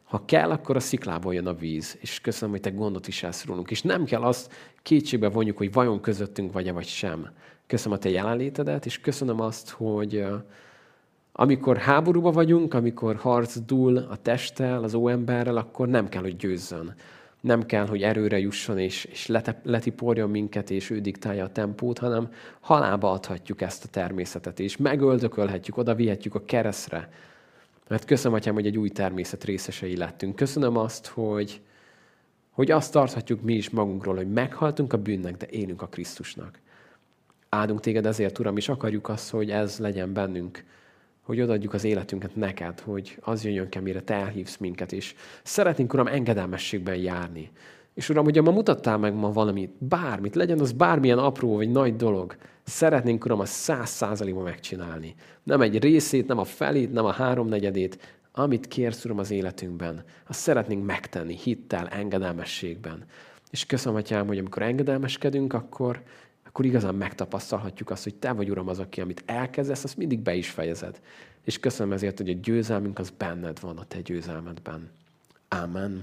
Ha kell, akkor a sziklából jön a víz. És köszönöm, hogy te gondot viselsz rólunk. És nem kell azt kétségbe vonjuk, hogy vajon közöttünk vagy-e vagy sem. Köszönöm a te jelenlétedet, és köszönöm azt, hogy amikor háborúba vagyunk, amikor harc dúl a testtel, az óemberrel, akkor nem kell, hogy győzzön. Nem kell, hogy erőre jusson, és letiporjon minket, és ő diktálja a tempót, hanem halálba adhatjuk ezt a természetet, és megöldökölhetjük, oda vihetjük a keresztre. Mert köszönöm, Atyám, hogy egy új természet részesei lettünk. Köszönöm azt, hogy azt tarthatjuk mi is magunkról, hogy meghaltunk a bűnnek, de élünk a Krisztusnak. Áldunk téged ezért, Uram, és akarjuk azt, hogy ez legyen bennünk, hogy odaadjuk az életünket neked, hogy az jöjjön ki, amire te elhívsz minket, és szeretnénk, Uram, engedelmességben járni. És Uram, ugye ma mutattál meg ma valamit, bármit, legyen az bármilyen apró vagy nagy dolog, szeretnénk, Uram, a 100%-ban megcsinálni. Nem egy részét, nem a felét, nem a 3/4, amit kérsz, Uram, az életünkben, azt szeretnénk megtenni hittel, engedelmességben. És köszönöm, Atyám, hogy amikor engedelmeskedünk, akkor igazán megtapasztalhatjuk azt, hogy te vagy, Uram, az, aki, amit elkezdesz, azt mindig be is fejezed. És köszönöm ezért, hogy a győzelmünk az benned van, a te győzelmedben. Ámen.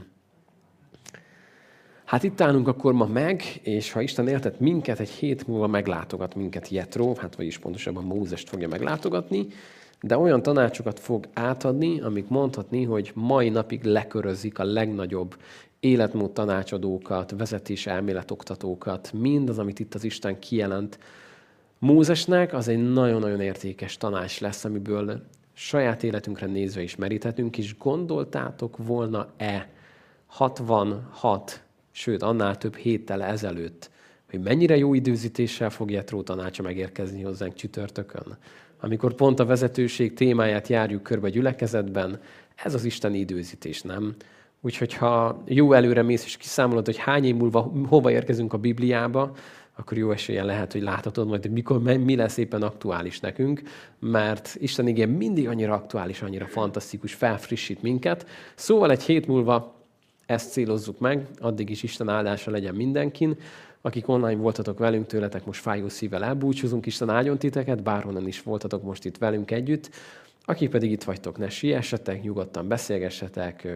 Hát itt állunk akkor ma meg, és ha Isten éltet minket, egy hét múlva meglátogat minket Jetró, hát vagyis pontosabban Mózest fogja meglátogatni, de olyan tanácsokat fog átadni, amik mondhatni, hogy mai napig lekörözik a legnagyobb életmód tanácsadókat, vezetés elméletoktatókat, mindaz, amit itt az Isten kijelent Mózesnek, az egy nagyon-nagyon értékes tanács lesz, amiből saját életünkre nézve is meríthetünk, és gondoltátok volna-e 66, sőt annál több héttel ezelőtt, hogy mennyire jó időzítéssel fog Jetró tanácsa megérkezni hozzánk csütörtökön? Amikor pont a vezetőség témáját járjuk körbe a gyülekezetben, ez az Isten időzítés, nem? Úgyhogy ha jó előre mész és kiszámolod, hogy hány év múlva hova érkezünk a Bibliába, akkor jó eséllyel lehet, hogy láthatod majd, hogy mikor mi lesz éppen aktuális nekünk, mert Isten igény mindig annyira aktuális, annyira fantasztikus, felfrissít minket. Szóval egy hét múlva ezt célozzuk meg, addig is Isten áldása legyen mindenkin. Akik online voltatok velünk, tőletek most fájó szívvel elbúcsúzunk, Isten áldjon titeket, bárhonnan is voltatok most itt velünk együtt. Akik pedig itt vagytok, ne siessetek, nyugodtan beszélgessetek,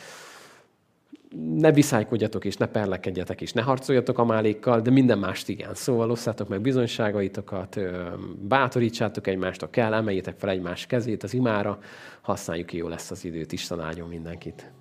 ne viszálykodjatok, és ne perlekedjetek, és ne harcoljatok Amálékkal, de minden mást igen. Szóval osszátok meg bizonyságaitokat, bátorítsátok egymást, ha kell, emeljétek fel egymás kezét az imára, használjuk ki, jó lesz az időt, Isten áldjon mindenkit.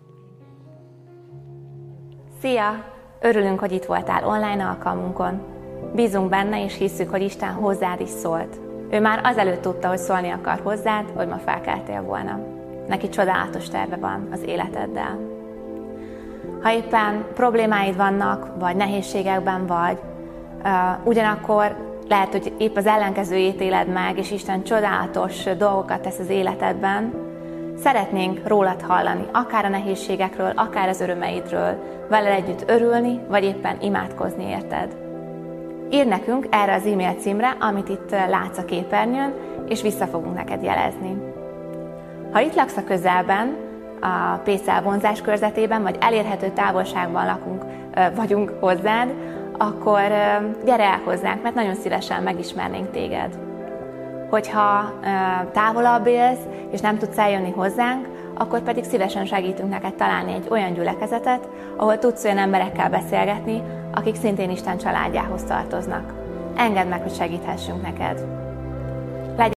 Szia! Örülünk, hogy itt voltál online alkalmunkon. Bízunk benne, és hisszük, hogy Isten hozzád is szólt. Ő már azelőtt tudta, hogy szólni akar hozzád, hogy ma felkeltél volna. Neki csodálatos terve van az életeddel. Ha éppen problémáid vannak, vagy nehézségekben vagy, ugyanakkor lehet, hogy épp az ellenkezőjét éled meg, és Isten csodálatos dolgokat tesz az életedben, szeretnénk rólad hallani, akár a nehézségekről, akár az örömeidről, veled együtt örülni, vagy éppen imádkozni érted. Írd nekünk erre az e-mail címre, amit itt látsz a képernyőn, és vissza fogunk neked jelezni. Ha itt laksz a közelben, a PCL vonzás körzetében, vagy elérhető távolságban vagyunk hozzád, akkor gyere el hozzánk, mert nagyon szívesen megismernénk téged. Hogyha távolabb élsz, és nem tudsz eljönni hozzánk, akkor pedig szívesen segítünk neked találni egy olyan gyülekezetet, ahol tudsz olyan emberekkel beszélgetni, akik szintén Isten családjához tartoznak. Engedd meg, hogy segíthessünk neked!